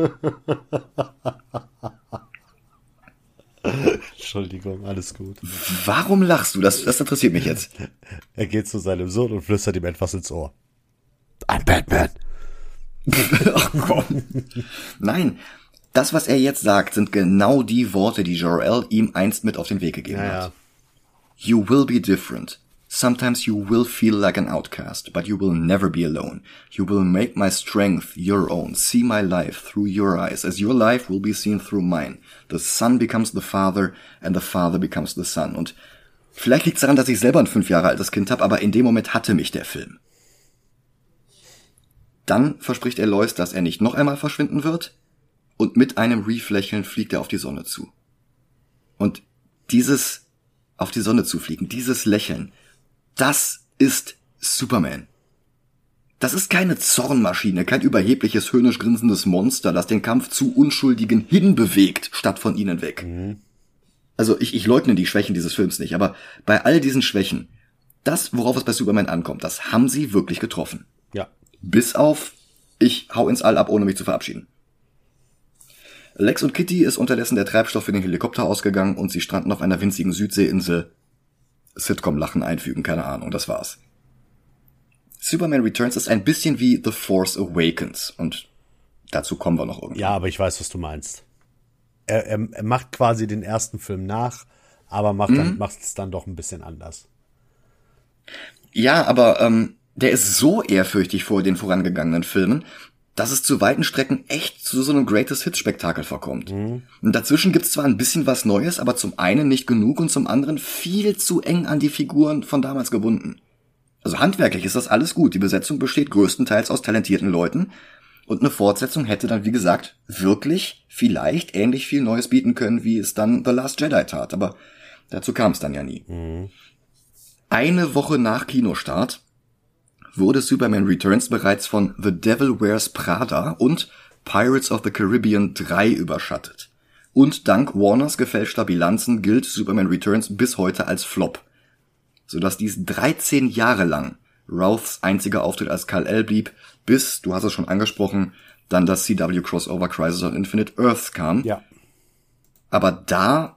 Entschuldigung, alles gut. Warum lachst du? Das, das interessiert mich jetzt. Er geht zu seinem Sohn und flüstert ihm etwas ins Ohr. I'm Batman. Ach komm. Nein, das, was er jetzt sagt, sind genau die Worte, die Jor-El ihm einst mit auf den Weg gegeben Ja, hat. ja. You will be different. Sometimes you will feel like an outcast, but you will never be alone. You will make my strength your own, see my life through your eyes, as your life will be seen through mine. The son becomes the father, and the father becomes the son. Und vielleicht liegt es daran, dass ich selber ein fünf Jahre altes Kind habe, aber in dem Moment hatte mich der Film. Dann verspricht er Lois, dass er nicht noch einmal verschwinden wird, und mit einem Reef-Lächeln fliegt er auf die Sonne zu. Und dieses auf die Sonne zu fliegen, dieses Lächeln, das ist Superman. Das ist keine Zornmaschine, kein überhebliches, höhnisch grinsendes Monster, das den Kampf zu Unschuldigen hinbewegt, statt von ihnen weg. Mhm. Also ich, ich leugne die Schwächen dieses Films nicht, aber bei all diesen Schwächen, das, worauf es bei Superman ankommt, das haben sie wirklich getroffen. Ja. Bis auf, ich hau ins All ab, ohne mich zu verabschieden. Lex und Kitty ist unterdessen der Treibstoff für den Helikopter ausgegangen und sie stranden auf einer winzigen Südseeinsel. Sitcom-Lachen einfügen, keine Ahnung, das war's. Superman Returns ist ein bisschen wie The Force Awakens und dazu kommen wir noch irgendwann. Ja, aber ich weiß, was du meinst. Er, er, er macht quasi den ersten Film nach, aber macht dann, mhm. macht es dann doch ein bisschen anders. Ja, aber ähm, der ist so ehrfürchtig vor den vorangegangenen Filmen, dass es zu weiten Strecken echt zu so einem Greatest-Hits-Spektakel verkommt. Mhm. Und dazwischen gibt's zwar ein bisschen was Neues, aber zum einen nicht genug und zum anderen viel zu eng an die Figuren von damals gebunden. Also handwerklich ist das alles gut. Die Besetzung besteht größtenteils aus talentierten Leuten und eine Fortsetzung hätte dann, wie gesagt, wirklich vielleicht ähnlich viel Neues bieten können, wie es dann The Last Jedi tat. Aber dazu kam es dann ja nie. Mhm. Eine Woche nach Kinostart wurde Superman Returns bereits von The Devil Wears Prada und Pirates of the Caribbean drei überschattet. Und dank Warners gefälschter Bilanzen gilt Superman Returns bis heute als Flop, sodass dies dreizehn Jahre lang Rouths einziger Auftritt als Kal-El blieb, bis, du hast es schon angesprochen, dann das C W-Crossover Crisis on Infinite Earths kam. Ja. Aber da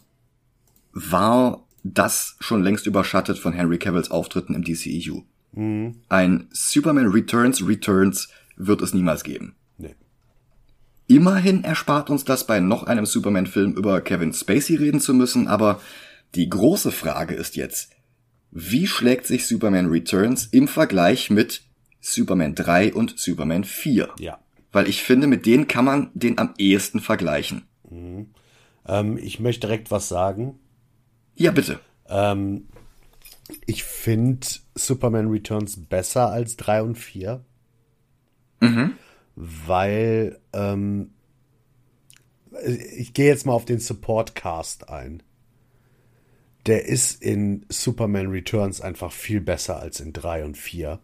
war das schon längst überschattet von Henry Cavills Auftritten im D C E U. Mhm. Ein Superman Returns Returns wird es niemals geben. Nee. Immerhin erspart uns das, bei noch einem Superman-Film über Kevin Spacey reden zu müssen, aber die große Frage ist jetzt, wie schlägt sich Superman Returns im Vergleich mit Superman drei und Superman vier? Ja. Weil ich finde, mit denen kann man den am ehesten vergleichen. Mhm. Ähm, ich möchte direkt was sagen. Ja, bitte. Ähm, ich finde Superman Returns besser als drei und vier. Mhm. Weil ähm, ich gehe jetzt mal auf den Support-Cast ein. Der ist in Superman Returns einfach viel besser als in drei und vier.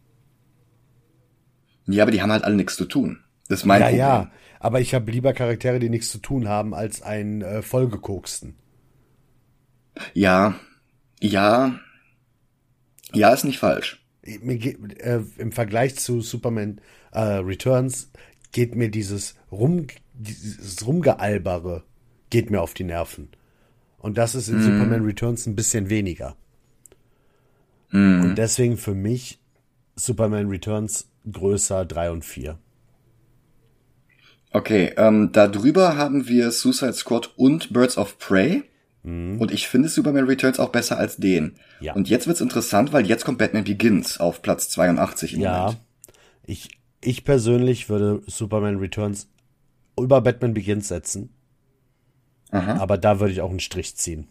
Ja, aber die haben halt alle nichts zu tun. Das ist mein ja, Problem. Ja, aber ich habe lieber Charaktere, die nichts zu tun haben, als einen äh, vollgekoksten. Ja, ja, ja, ist nicht falsch. Mir geht, äh, im Vergleich zu Superman äh, Returns geht mir dieses, Rum, dieses Rumgealbere geht mir auf die Nerven. Und das ist in mm. Superman Returns ein bisschen weniger. Mm. Und deswegen für mich Superman Returns größer drei und vier. Okay, ähm, da drüber haben wir Suicide Squad und Birds of Prey. Mm. Und ich finde Superman Returns auch besser als den. Ja. Und jetzt wird's interessant, weil jetzt kommt Batman Begins auf Platz zweiundachtzig im ja. Moment. Ich, ich persönlich würde Superman Returns über Batman Begins setzen. Aha. Aber da würde ich auch einen Strich ziehen.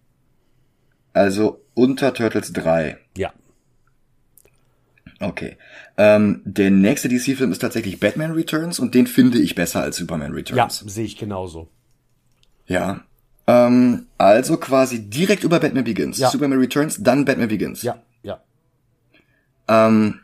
Also unter Turtles drei. Ja. Okay. Ähm, der nächste D C-Film ist tatsächlich Batman Returns und den finde ich besser als Superman Returns. Ja, sehe ich genauso. Ja. Ähm, also quasi direkt über Batman Begins. Ja. Superman Returns, dann Batman Begins. Ja, ja. Ähm,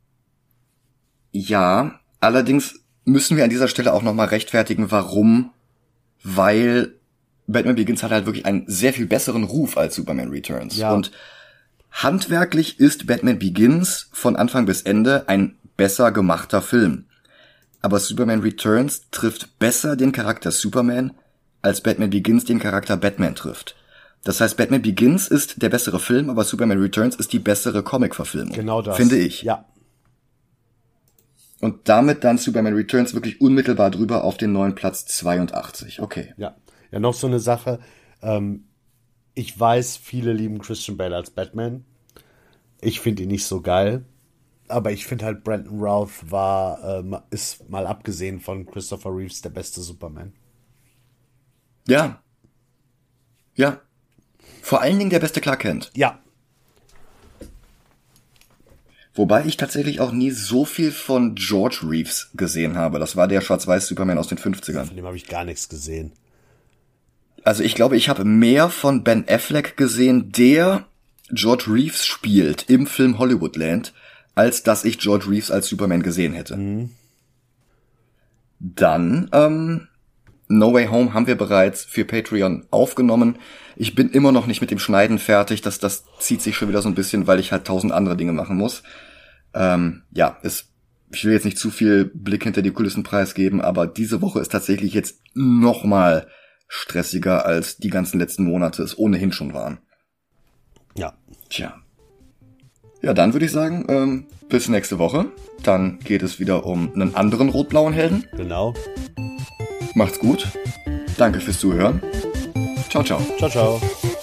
ja, allerdings müssen wir an dieser Stelle auch nochmal rechtfertigen, warum. Weil Batman Begins hat halt wirklich einen sehr viel besseren Ruf als Superman Returns. Ja. Und handwerklich ist Batman Begins von Anfang bis Ende ein besser gemachter Film. Aber Superman Returns trifft besser den Charakter Superman, als Batman Begins den Charakter Batman trifft. Das heißt, Batman Begins ist der bessere Film, aber Superman Returns ist die bessere Comic-Verfilmung. Genau das. Finde ich. Ja. Und damit dann Superman Returns wirklich unmittelbar drüber auf den neuen Platz zweiundachtzig. Okay. Ja. Ja, noch so eine Sache. Ähm, ich weiß, viele lieben Christian Bale als Batman. Ich finde ihn nicht so geil. Aber ich finde halt, Brandon Routh war, ähm, ist mal abgesehen von Christopher Reeves der beste Superman. Ja. Ja. Vor allen Dingen der beste Clark Kent. Ja. Wobei ich tatsächlich auch nie so viel von George Reeves gesehen habe. Das war der Schwarz-Weiß-Superman aus den fünfzigern. Von dem habe ich gar nichts gesehen. Also ich glaube, ich habe mehr von Ben Affleck gesehen, der George Reeves spielt im Film Hollywoodland, als dass ich George Reeves als Superman gesehen hätte. Mhm. Dann, ähm, No Way Home haben wir bereits für Patreon aufgenommen. Ich bin immer noch nicht mit dem Schneiden fertig. Das, das zieht sich schon wieder so ein bisschen, weil ich halt tausend andere Dinge machen muss. Ähm, ja, es, ich will jetzt nicht zu viel Blick hinter die Kulissen preisgeben, aber diese Woche ist tatsächlich jetzt noch mal stressiger, als die ganzen letzten Monate es ohnehin schon waren. Ja. Tja. Ja, dann würde ich sagen, ähm, bis nächste Woche. Dann geht es wieder um einen anderen rot-blauen Helden. Genau. Macht's gut. Danke fürs Zuhören. Ciao, ciao. Ciao, ciao.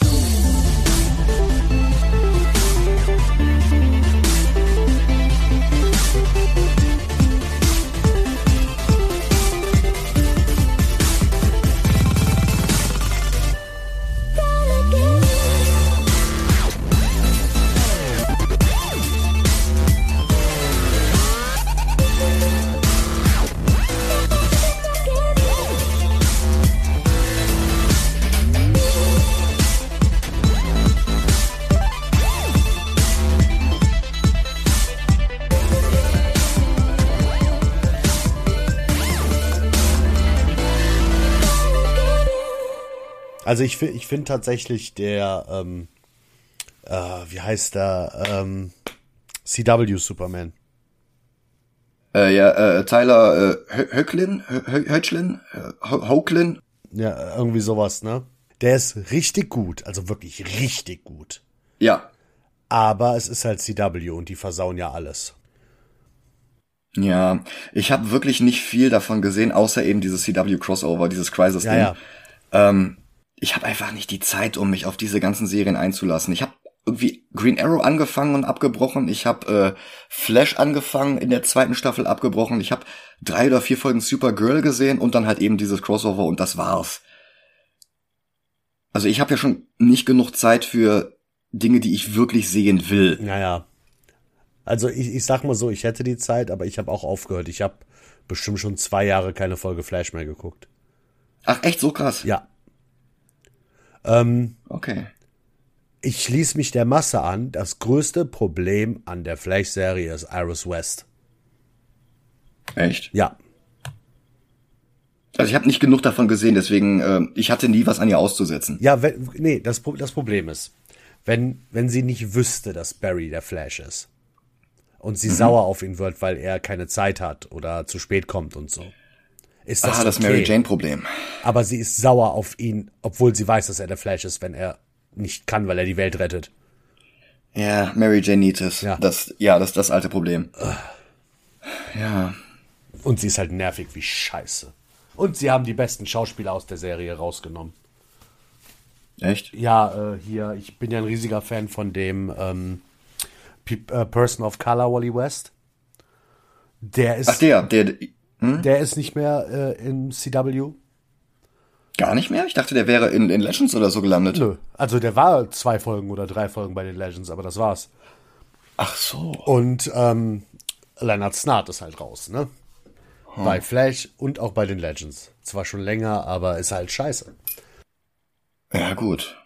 Also ich, ich finde tatsächlich der, ähm, äh, wie heißt der, ähm, C W Superman. Äh, ja, äh, Tyler äh, Hoechlin, Hoechlin, Hoechlin. Ja, irgendwie sowas, ne? Der ist richtig gut, also wirklich richtig gut. Ja. Aber es ist halt C W und die versauen ja alles. Ja, ich habe wirklich nicht viel davon gesehen, außer eben dieses C W-Crossover, dieses Crisis-Ding. Ja, ja. Ähm, ich habe einfach nicht die Zeit, um mich auf diese ganzen Serien einzulassen. Ich habe irgendwie Green Arrow angefangen und abgebrochen. Ich habe äh, Flash angefangen, in der zweiten Staffel abgebrochen. Ich habe drei oder vier Folgen Supergirl gesehen und dann halt eben dieses Crossover und das war's. Also ich habe ja schon nicht genug Zeit für Dinge, die ich wirklich sehen will. Naja. Also ich, ich sag mal so, ich hätte die Zeit, aber ich habe auch aufgehört. Ich habe bestimmt schon zwei Jahre keine Folge Flash mehr geguckt. Ach, echt so krass? Ja. Ähm, okay. Ich schließe mich der Masse an. Das größte Problem an der Flash-Serie ist Iris West. Echt? Ja. Also ich habe nicht genug davon gesehen, deswegen, äh, ich hatte nie was an ihr auszusetzen. Ja, wenn, nee, das, das Problem ist, wenn, wenn sie nicht wüsste, dass Barry der Flash ist und sie mhm. sauer auf ihn wird, weil er keine Zeit hat oder zu spät kommt und so. Ist das ah, das okay. Mary Jane Problem. Aber sie ist sauer auf ihn, obwohl sie weiß, dass er der Flash ist, wenn er nicht kann, weil er die Welt rettet. Ja, Mary Jane needs es. Ja. Das, ja, das ist das alte Problem. Uh. Ja. Und sie ist halt nervig wie Scheiße. Und sie haben die besten Schauspieler aus der Serie rausgenommen. Echt? Ja, äh, hier, ich bin ja ein riesiger Fan von dem ähm, Pe- äh, Person of Color, Wally West. Der ist... Ach, der, der... Hm? Der ist nicht mehr äh, in C W. Gar nicht mehr? Ich dachte, der wäre in, in Legends oder so gelandet. Nö, also der war zwei Folgen oder drei Folgen bei den Legends, aber das war's. Ach so. Und ähm, Leonard Snart ist halt raus, ne? Hm. Bei Flash und auch bei den Legends. Zwar schon länger, aber ist halt scheiße. Ja, gut.